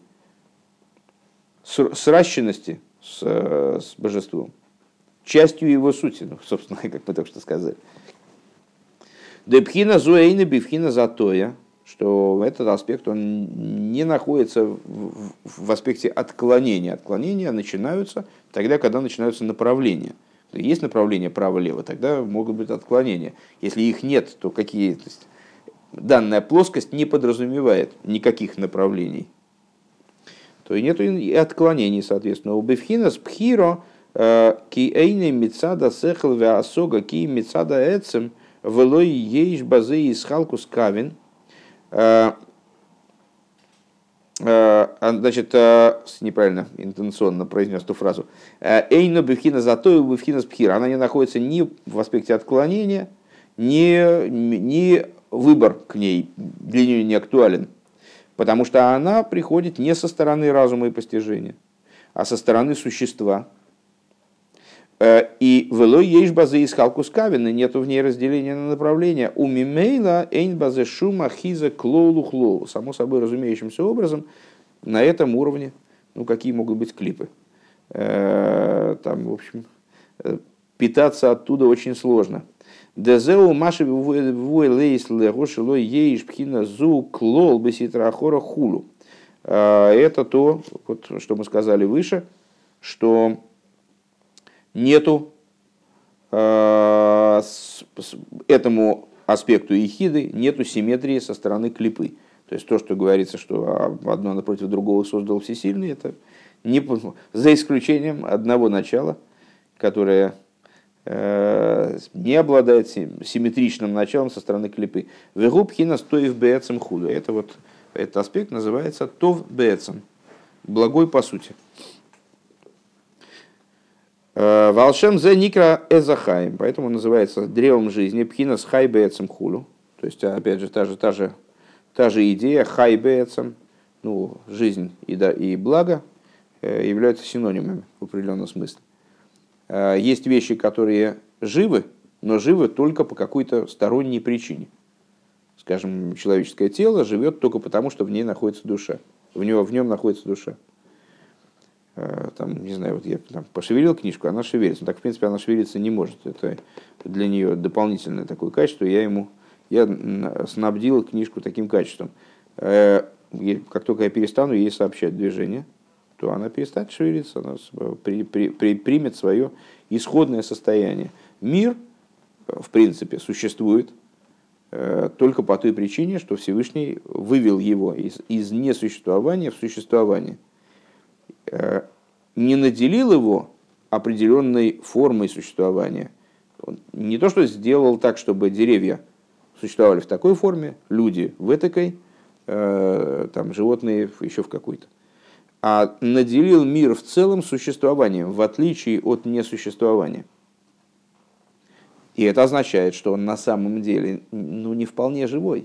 сращенности с божеством, частью его сути, собственно, как мы только что сказали. Депхина зуэйна бифхина затоя, что этот аспект, он не находится в аспекте отклонения. Отклонения начинаются тогда, когда начинаются направления. Есть направление право-лево, тогда могут быть отклонения. Если их нет, то какие... То есть, данная плоскость не подразумевает никаких направлений. То и нет и отклонений, соответственно. У бифхина с пхиро ки эйны мицада сехл веасога ки мицада эцем велой ейш базы из халкус кавин. Значит, неправильно интенционно произнес эту фразу. Эйно бифхина затою бифхина с пхиро. Она не находится ни в аспекте отклонения, ни выбор к ней для нее не актуален. Потому что она приходит не со стороны разума и постижения, а со стороны существа. И велой ейш базы из халкус кавин, и нету в ней разделения на направления. У мимейла эйн базы шума хиза клоулу хлоу. Само собой разумеющимся образом, на этом уровне, какие могут быть клипы. В общем, питаться оттуда очень сложно. Дезеу маши вой лейс легошило ейш пхина зу клол беситрахора хулу. Это то, что мы сказали выше, что нету этому аспекту ехиды, нету симметрии со стороны клипы. То есть то, что говорится, что одно напротив другого создал всесильный, это не, за исключением одного начала, которое не обладает симметричным началом со стороны клипы. Вегубхина стоив бецем худу. Это Этот аспект называется тов бецем, благой по сути. Волшем зе никра эзахаим, поэтому называется древом жизни пхинас хай бецем хулу. То есть, опять же, та же идея хай бецем, ну, жизнь и благо являются синонимами в определенном смысле. Есть вещи, которые живы, но живы только по какой-то сторонней причине. Скажем, человеческое тело живет только потому, что в ней находится душа. В нем находится душа. Там, не знаю, вот я там пошевелил книжку, она шевелится. Так, в принципе, она шевелиться не может. Это для нее дополнительное такое качество. Я снабдил книжку таким качеством. Как только я перестану ей сообщать движение, то она перестанет шевелиться, она примет свое исходное состояние. Мир, в принципе, существует только по той причине, что Всевышний вывел его из несуществования в существование. Не наделил его определенной формой существования. Он не то, что сделал так, чтобы деревья существовали в такой форме, люди в этакой, там, животные еще в какой-то. А наделил мир в целом существованием, в отличие от несуществования. И это означает, что он на самом деле не вполне живой.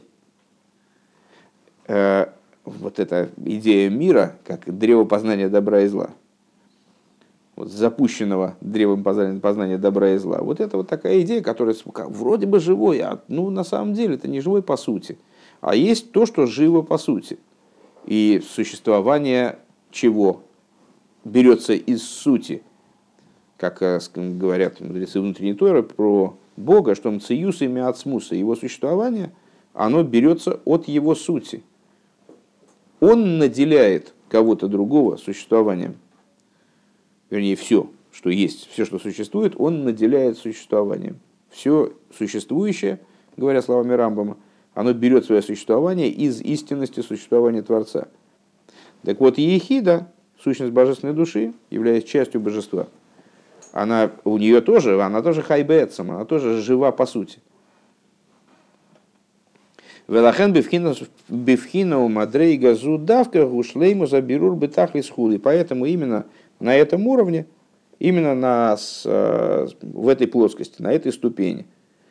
Вот эта идея мира, как древо познания добра и зла, вот запущенного древом познания добра и зла, вот это вот такая идея, которая вроде бы живой, а на самом деле это не живой по сути. А есть то, что живо по сути. И существование чего берется из сути, как говорят мудрецы внутренней Торы про Бога, что мциюс и миацмуса, его существование, оно берется от его сути. Он наделяет кого-то другого существованием. Вернее, все, что есть, все, что существует, он наделяет существованием. Все существующее, говоря словами Рамбама, оно берет свое существование из истинности существования Творца. Так вот, ехида, сущность божественной души, являясь частью божества. Она тоже хайбецам, она тоже жива по сути. Велахен бифхина мадрей газу давка гушлейму забирур бетахлис хули. Поэтому именно на этом уровне, именно в этой плоскости, на этой ступени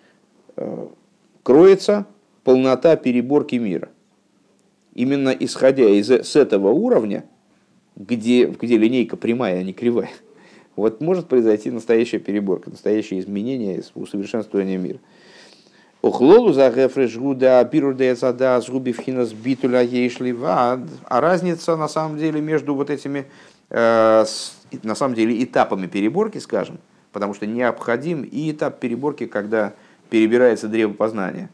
кроется полнота переборки мира. Именно исходя с этого уровня, где линейка прямая, а не кривая, вот может произойти настоящая переборка, настоящее изменение, усовершенствование мира. А разница на самом деле между вот этими на самом деле этапами переборки, скажем, потому что необходим и этап переборки, когда перебирается древом познания,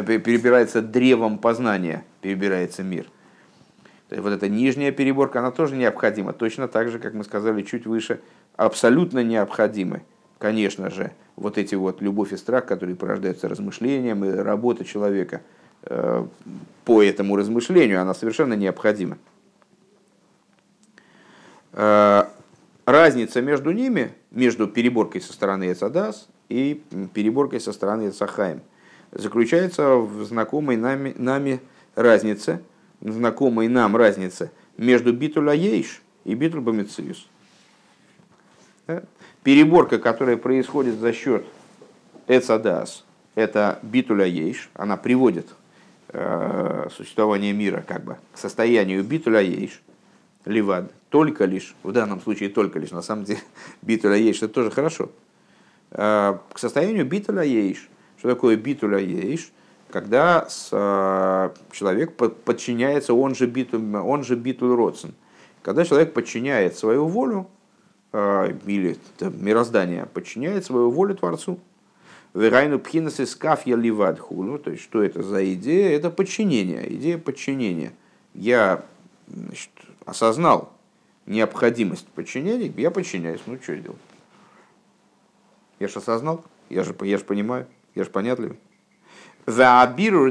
перебирается мир. Вот эта нижняя переборка, она тоже необходима, точно так же, как мы сказали чуть выше, абсолютно необходимы. Конечно же, вот эти вот любовь и страх, которые порождаются размышлением, и работа человека по этому размышлению, она совершенно необходима. Разница между ними, между переборкой со стороны Эцадас и переборкой со стороны Эцахаим, заключается в знакомой нам разнице между битуль аейш и битуль бамециюс. Переборка, которая происходит за счет Эцадас, это битуль аейш, она приводит существование мира как бы к состоянию битуль аейш, ливад, только лишь, в данном случае только лишь, на самом деле битуль аейш это тоже хорошо, к состоянию битуль аейш. Что такое битуль аейш? Когда человек подчиняется, он же битуль роцен. Когда человек подчиняет свою волю, или мироздание подчиняет свою волю Творцу. Верайну пхинас искав я ливад хулу. То есть, что это за идея? Это подчинение, идея подчинения. Я осознал необходимость подчинения, я подчиняюсь. Ну, что делать? Я же осознал, я же понимаю, я же понятливый. А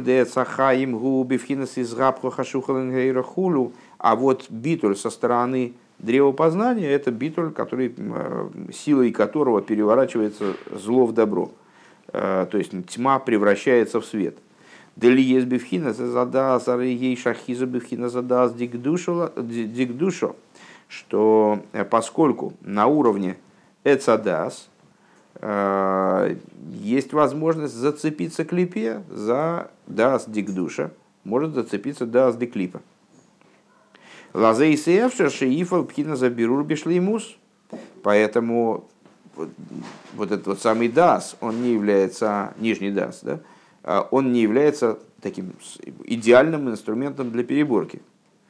вот битуль со стороны древа познания – это битуль, силой которого переворачивается зло в добро. То есть тьма превращается в свет. Дели есть бифхина задас, ей шахиза бифхина задас дикдушо, что поскольку на уровне эцадас есть возможность зацепиться к липе за дас дикдуша, может зацепиться дас диклипа. Лазей сеевша шеифа пхина забирур бишлеймус. Поэтому вот этот вот самый дас, он не является, нижний дас, да, он не является таким идеальным инструментом для переборки.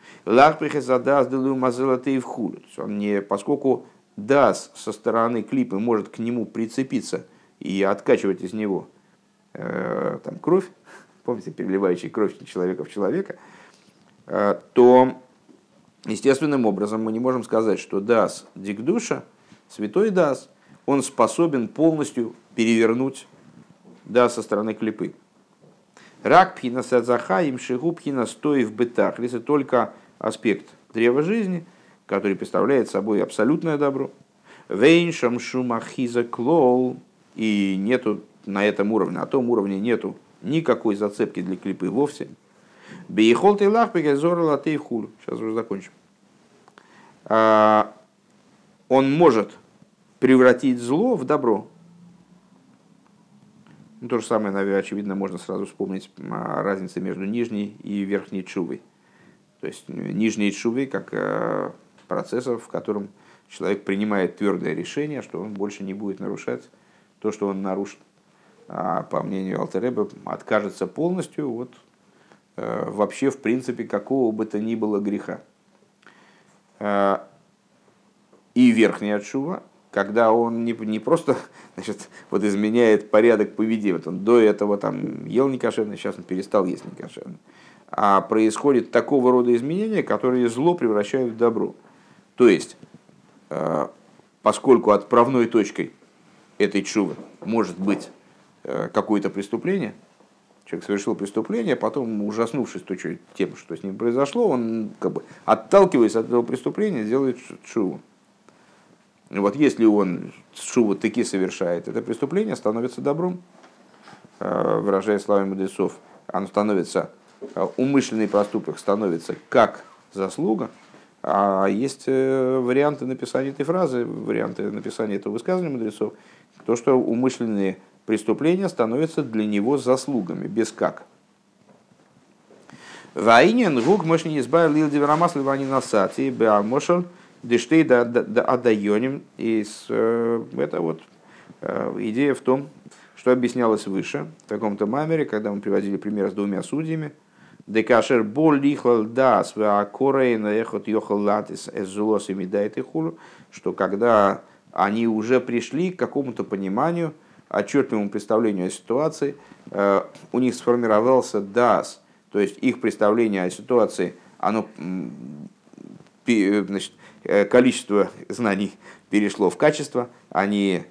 Он не, поскольку дас со стороны клипа может к нему прицепиться и откачивать из него там, кровь, помните, переливающая кровь человека в человека, то естественным образом мы не можем сказать, что дас дикдуша, святой дас, он способен полностью перевернуть дас со стороны клипы. Рак пхина садзаха им шигу пхина стои в бытах. Если только аспект древа жизни, который представляет собой абсолютное добро. Вейншам шумахиза клол. И нету на этом уровне, на том уровне нету никакой зацепки для клипы вовсе. Бейхол тейлах пегазор латей хуль. Сейчас уже закончим. Он может превратить зло в добро. То же самое, наверное, очевидно, можно сразу вспомнить разницу между нижней и верхней тшувой. То есть нижней тшувой как процесса, в котором человек принимает твердое решение, что он больше не будет нарушать то, что он нарушил. А по мнению Алтер Ребе, откажется полностью от вообще, в принципе, какого бы то ни было греха. И верхняя тшува, когда он не просто, значит, вот изменяет порядок поведения, вот он до этого там ел некошерно, сейчас он перестал есть некошерно, а происходит такого рода изменения, которые зло превращают в добро. То есть, поскольку отправной точкой этой тшувы может быть какое-то преступление, человек совершил преступление, потом, ужаснувшись тем, что с ним произошло, он, как бы, отталкиваясь от этого преступления, делает тшуву. Вот если он тшуву таки совершает это преступление, становится добром, выражая словами мудрецов, оно становится, умышленный проступок становится как заслуга, а есть варианты написания этой фразы, варианты написания этого высказывания мудрецов, то, что умышленные преступления становятся для него заслугами, без как. Ваинен гук мощный избавил лил диверамас ливани насати беамошел дештей да адайоним. И это вот идея в том, что объяснялось выше в таком-то маймере, когда мы приводили пример с двумя судьями. Декашер бол лихал дас веакорейна эхот йохал латис эзулос и медайт и хулу, что когда они уже пришли к какому-то пониманию, отчетливому представлению о ситуации, у них сформировался дас, то есть их представление о ситуации, оно, значит, количество знаний перешло в качество, они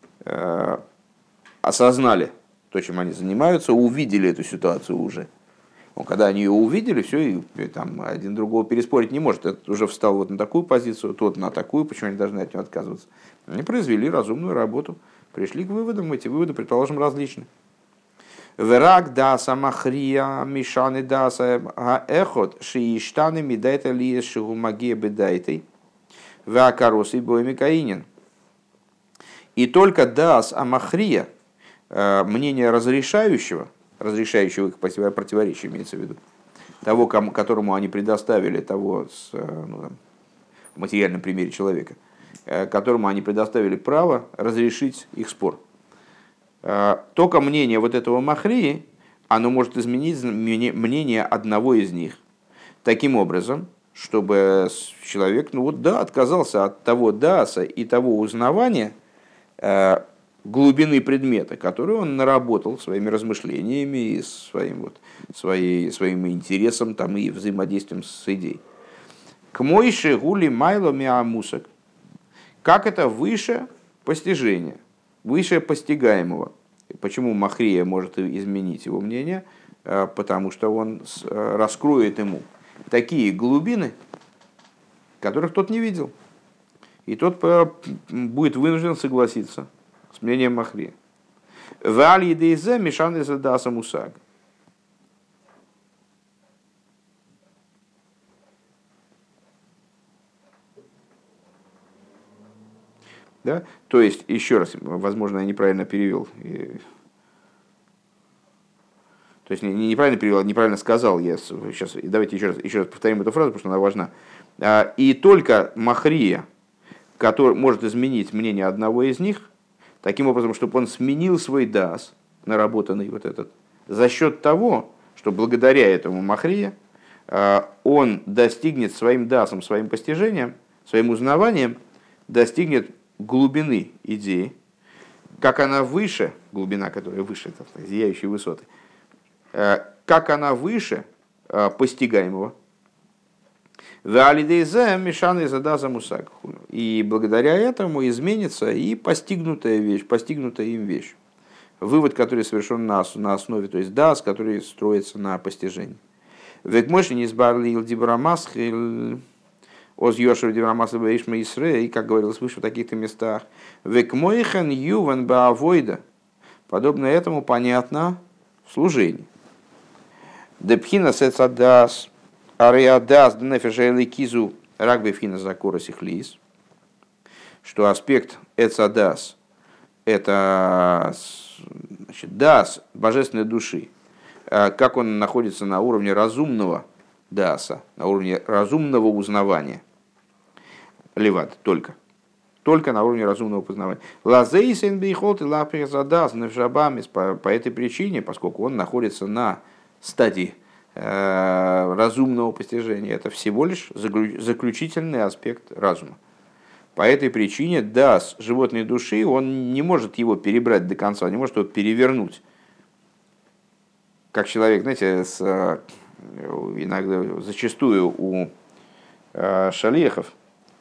осознали то, чем они занимаются, увидели эту ситуацию уже. Когда они ее увидели, все, и там один другого переспорить не может. Этот уже встал вот на такую позицию, тот на такую, почему они должны от него отказываться. Они произвели разумную работу, пришли к выводам, эти выводы, предположим, различны. Верак даса махрия мишаны даса эхот шииштаны мидайта лиес шигумагия бедайтой веакаросы боеми каинин. И только дас амахрия, мнение разрешающего их противоречия, имеется в виду, того, которому они предоставили, того, в материальном примере человека, которому они предоставили право разрешить их спор. Только мнение вот этого махрии, оно может изменить мнение одного из них таким образом, чтобы человек, отказался от того даса и того узнавания глубины предмета, который он наработал своими размышлениями и своим интересом там, и взаимодействием с идеей. К мойше гули майло миамусак. Как это выше постижения, выше постигаемого. Почему махрия может изменить его мнение? Потому что он раскроет ему такие глубины, которых тот не видел. И тот будет вынужден согласиться с мнением махрия. Да? То есть, еще раз, возможно, я неправильно перевел. То есть, неправильно перевел, неправильно сказал. Я сейчас, давайте еще раз повторим эту фразу, потому что она важна. И только махрия, который может изменить мнение одного из них, таким образом, чтобы он сменил свой дас, наработанный вот этот, за счет того, что благодаря этому махрия он достигнет своим дасом, своим постижением, своим узнаванием, достигнет глубины идеи, как она выше, глубина, которая выше зияющей высоты, как она выше постигаемого. И благодаря этому изменится и постигнутая им вещь. Вывод, который совершен на основе, то есть дас, который строится на постижении. Век мощи не избавил дибрамасх, оз йошев дибрамасх бейшма исре, и, как говорилось выше в таких-то местах, век мойхан юван баавойда. Подобно этому понятно в служении. Депхина сеца дас, ариадас днефешели кизу рагбефхина закора сихлис, что аспект эцадас это, значит, дас божественной души, как он находится на уровне разумного даса, на уровне разумного узнавания. Леват, только на уровне разумного познавания. Лазейсен бейхот и лапрезадас навшабамис, по этой причине, поскольку он находится на стадии разумного постижения, это всего лишь заключительный аспект разума. По этой причине дас животной души, он не может его перебрать до конца, он не может его перевернуть. Как человек, знаете, иногда, зачастую у шалехов,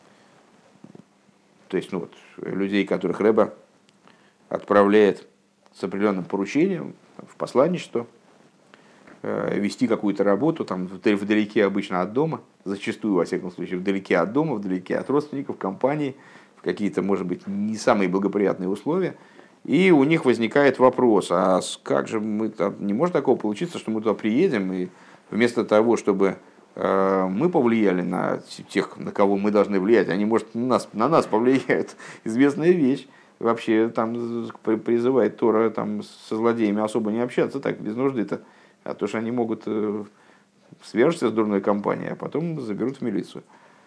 то есть людей, которых Рэбе отправляет с определенным поручением в посланничество, вести какую-то работу там, вдалеке обычно от дома, зачастую, во всяком случае, вдалеке от дома, вдалеке от родственников, компании, в какие-то, может быть, не самые благоприятные условия. И у них возникает вопрос, а как же не может такого получиться, что мы туда приедем, и вместо того, чтобы мы повлияли на тех, на кого мы должны влиять, они, может, на нас повлияют. Известная вещь. Вообще там призывает Тора там, со злодеями особо не общаться, так, без нужды-то. А то, что они могут свержься с дурной компанией, а потом заберут в милицию.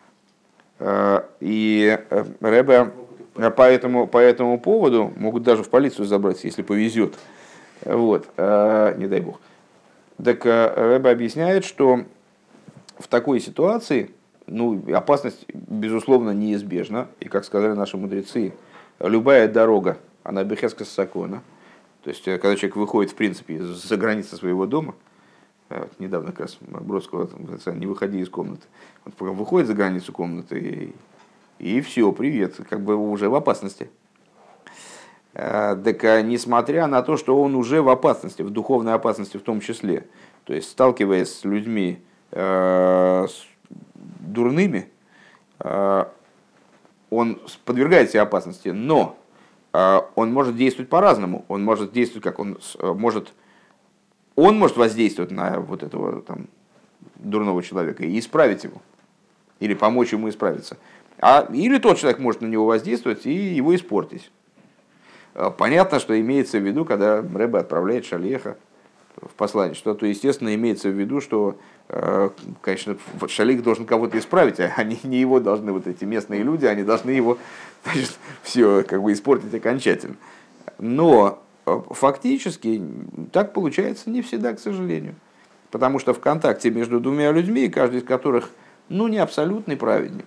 И Рэбе по этому поводу могут даже в полицию забрать, если повезет. Вот. Не дай бог. Так Рэбе объясняет, что в такой ситуации опасность, безусловно, неизбежна. И, как сказали наши мудрецы, любая дорога, она бехескас сакона. То есть, когда человек выходит, в принципе, за границы своего дома, недавно как раз Бродского, не выходи из комнаты, он выходит за границу комнаты, и все, привет, как бы уже в опасности. Так, несмотря на то, что он уже в опасности, в духовной опасности в том числе, то есть, сталкиваясь с людьми с дурными, он подвергает себе опасности, но он может действовать по-разному. Он может действовать как он может воздействовать на вот этого там, дурного человека и исправить его, или помочь ему исправиться. Или тот человек может на него воздействовать и его испортить. Понятно, что имеется в виду, когда Рэбе отправляет шалеха в посланничество, то, естественно, имеется в виду, что, конечно, шалих должен кого-то исправить, а они не его должны, вот эти местные люди, они должны его, значит, все как бы испортить окончательно. Но фактически так получается не всегда, к сожалению. Потому что в контакте между двумя людьми, каждый из которых не абсолютный праведник,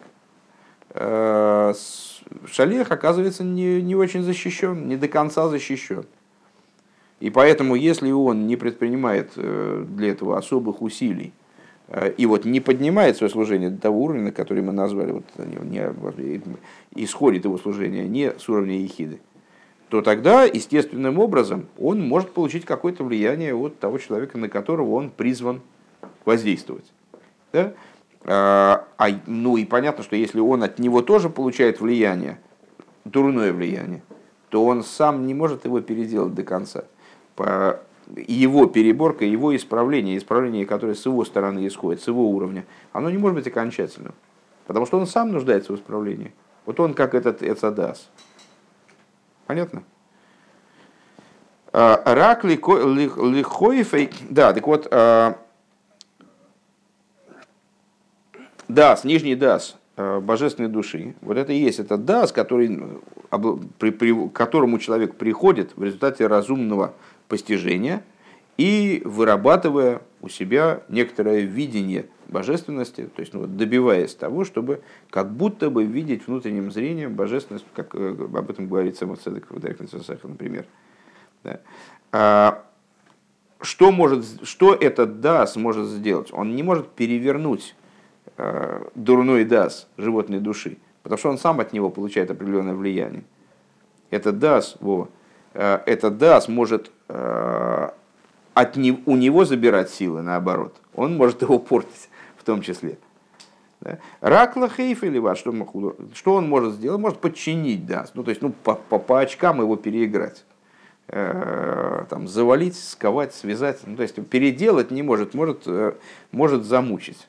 шалех оказывается не очень защищен, не до конца защищен. И поэтому, если он не предпринимает для этого особых усилий и не поднимает свое служение до того уровня, который мы назвали, исходит его служение не с уровня ехиды, то тогда естественным образом он может получить какое-то влияние от того человека, на которого он призван воздействовать. Да? И понятно, что если он от него тоже получает влияние, дурное влияние, то он сам не может его переделать до конца. Его переборка, его исправление, которое с его стороны исходит, с его уровня, оно не может быть окончательным. Потому что он сам нуждается в исправлении. Вот он как этот эцадас. Понятно? Рак лихоифей. Да, так вот, дас, нижний дас божественной души. Вот это и есть этот дас, который, к которому человек приходит в результате разумного постижения и вырабатывая у себя некоторое видение божественности, то есть добиваясь того, чтобы как будто бы видеть внутренним зрением божественность, как об этом говорит Tzemach Tzedek в Дарих Нецвасах, например. Да. Что этот дас может сделать? Он не может перевернуть дурной дас животной души, потому что он сам от него получает определенное влияние. Этот дас может у него забирать силы, наоборот. Он может его портить в том числе. Ракла хейф или вас, что он может сделать? Может подчинить дас, то есть по очкам его переиграть. Там, завалить, сковать, связать, то есть переделать не может, может замучить,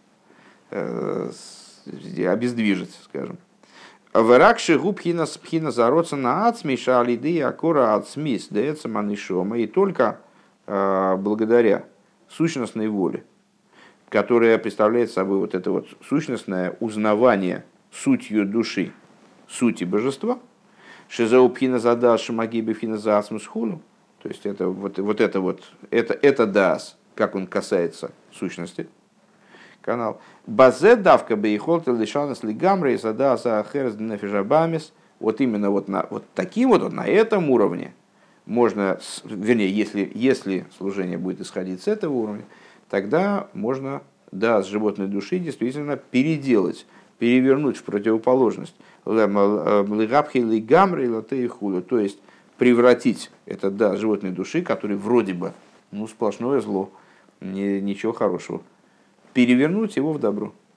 обездвижить, скажем. Варакши губхина спхина зароться на ацмиша алиды акора ацмис дэца манишома, и только благодаря сущностной воле, которая представляет собой вот это вот сущностное узнавание сутью души, сути божества, шизаупхина задас шамагиби фина заасмусхулу, то есть это дас, как он касается сущности, канал. Базе давка бейхолта лишанас лигамрей задаса ахерс днефижабамис. Вот именно вот таким вот на этом уровне можно, вернее, если служение будет исходить с этого уровня, тогда можно с животной души действительно переделать, перевернуть в противоположность. То есть превратить это животной души, который вроде бы сплошное зло, ничего хорошего, перевернуть его в добро.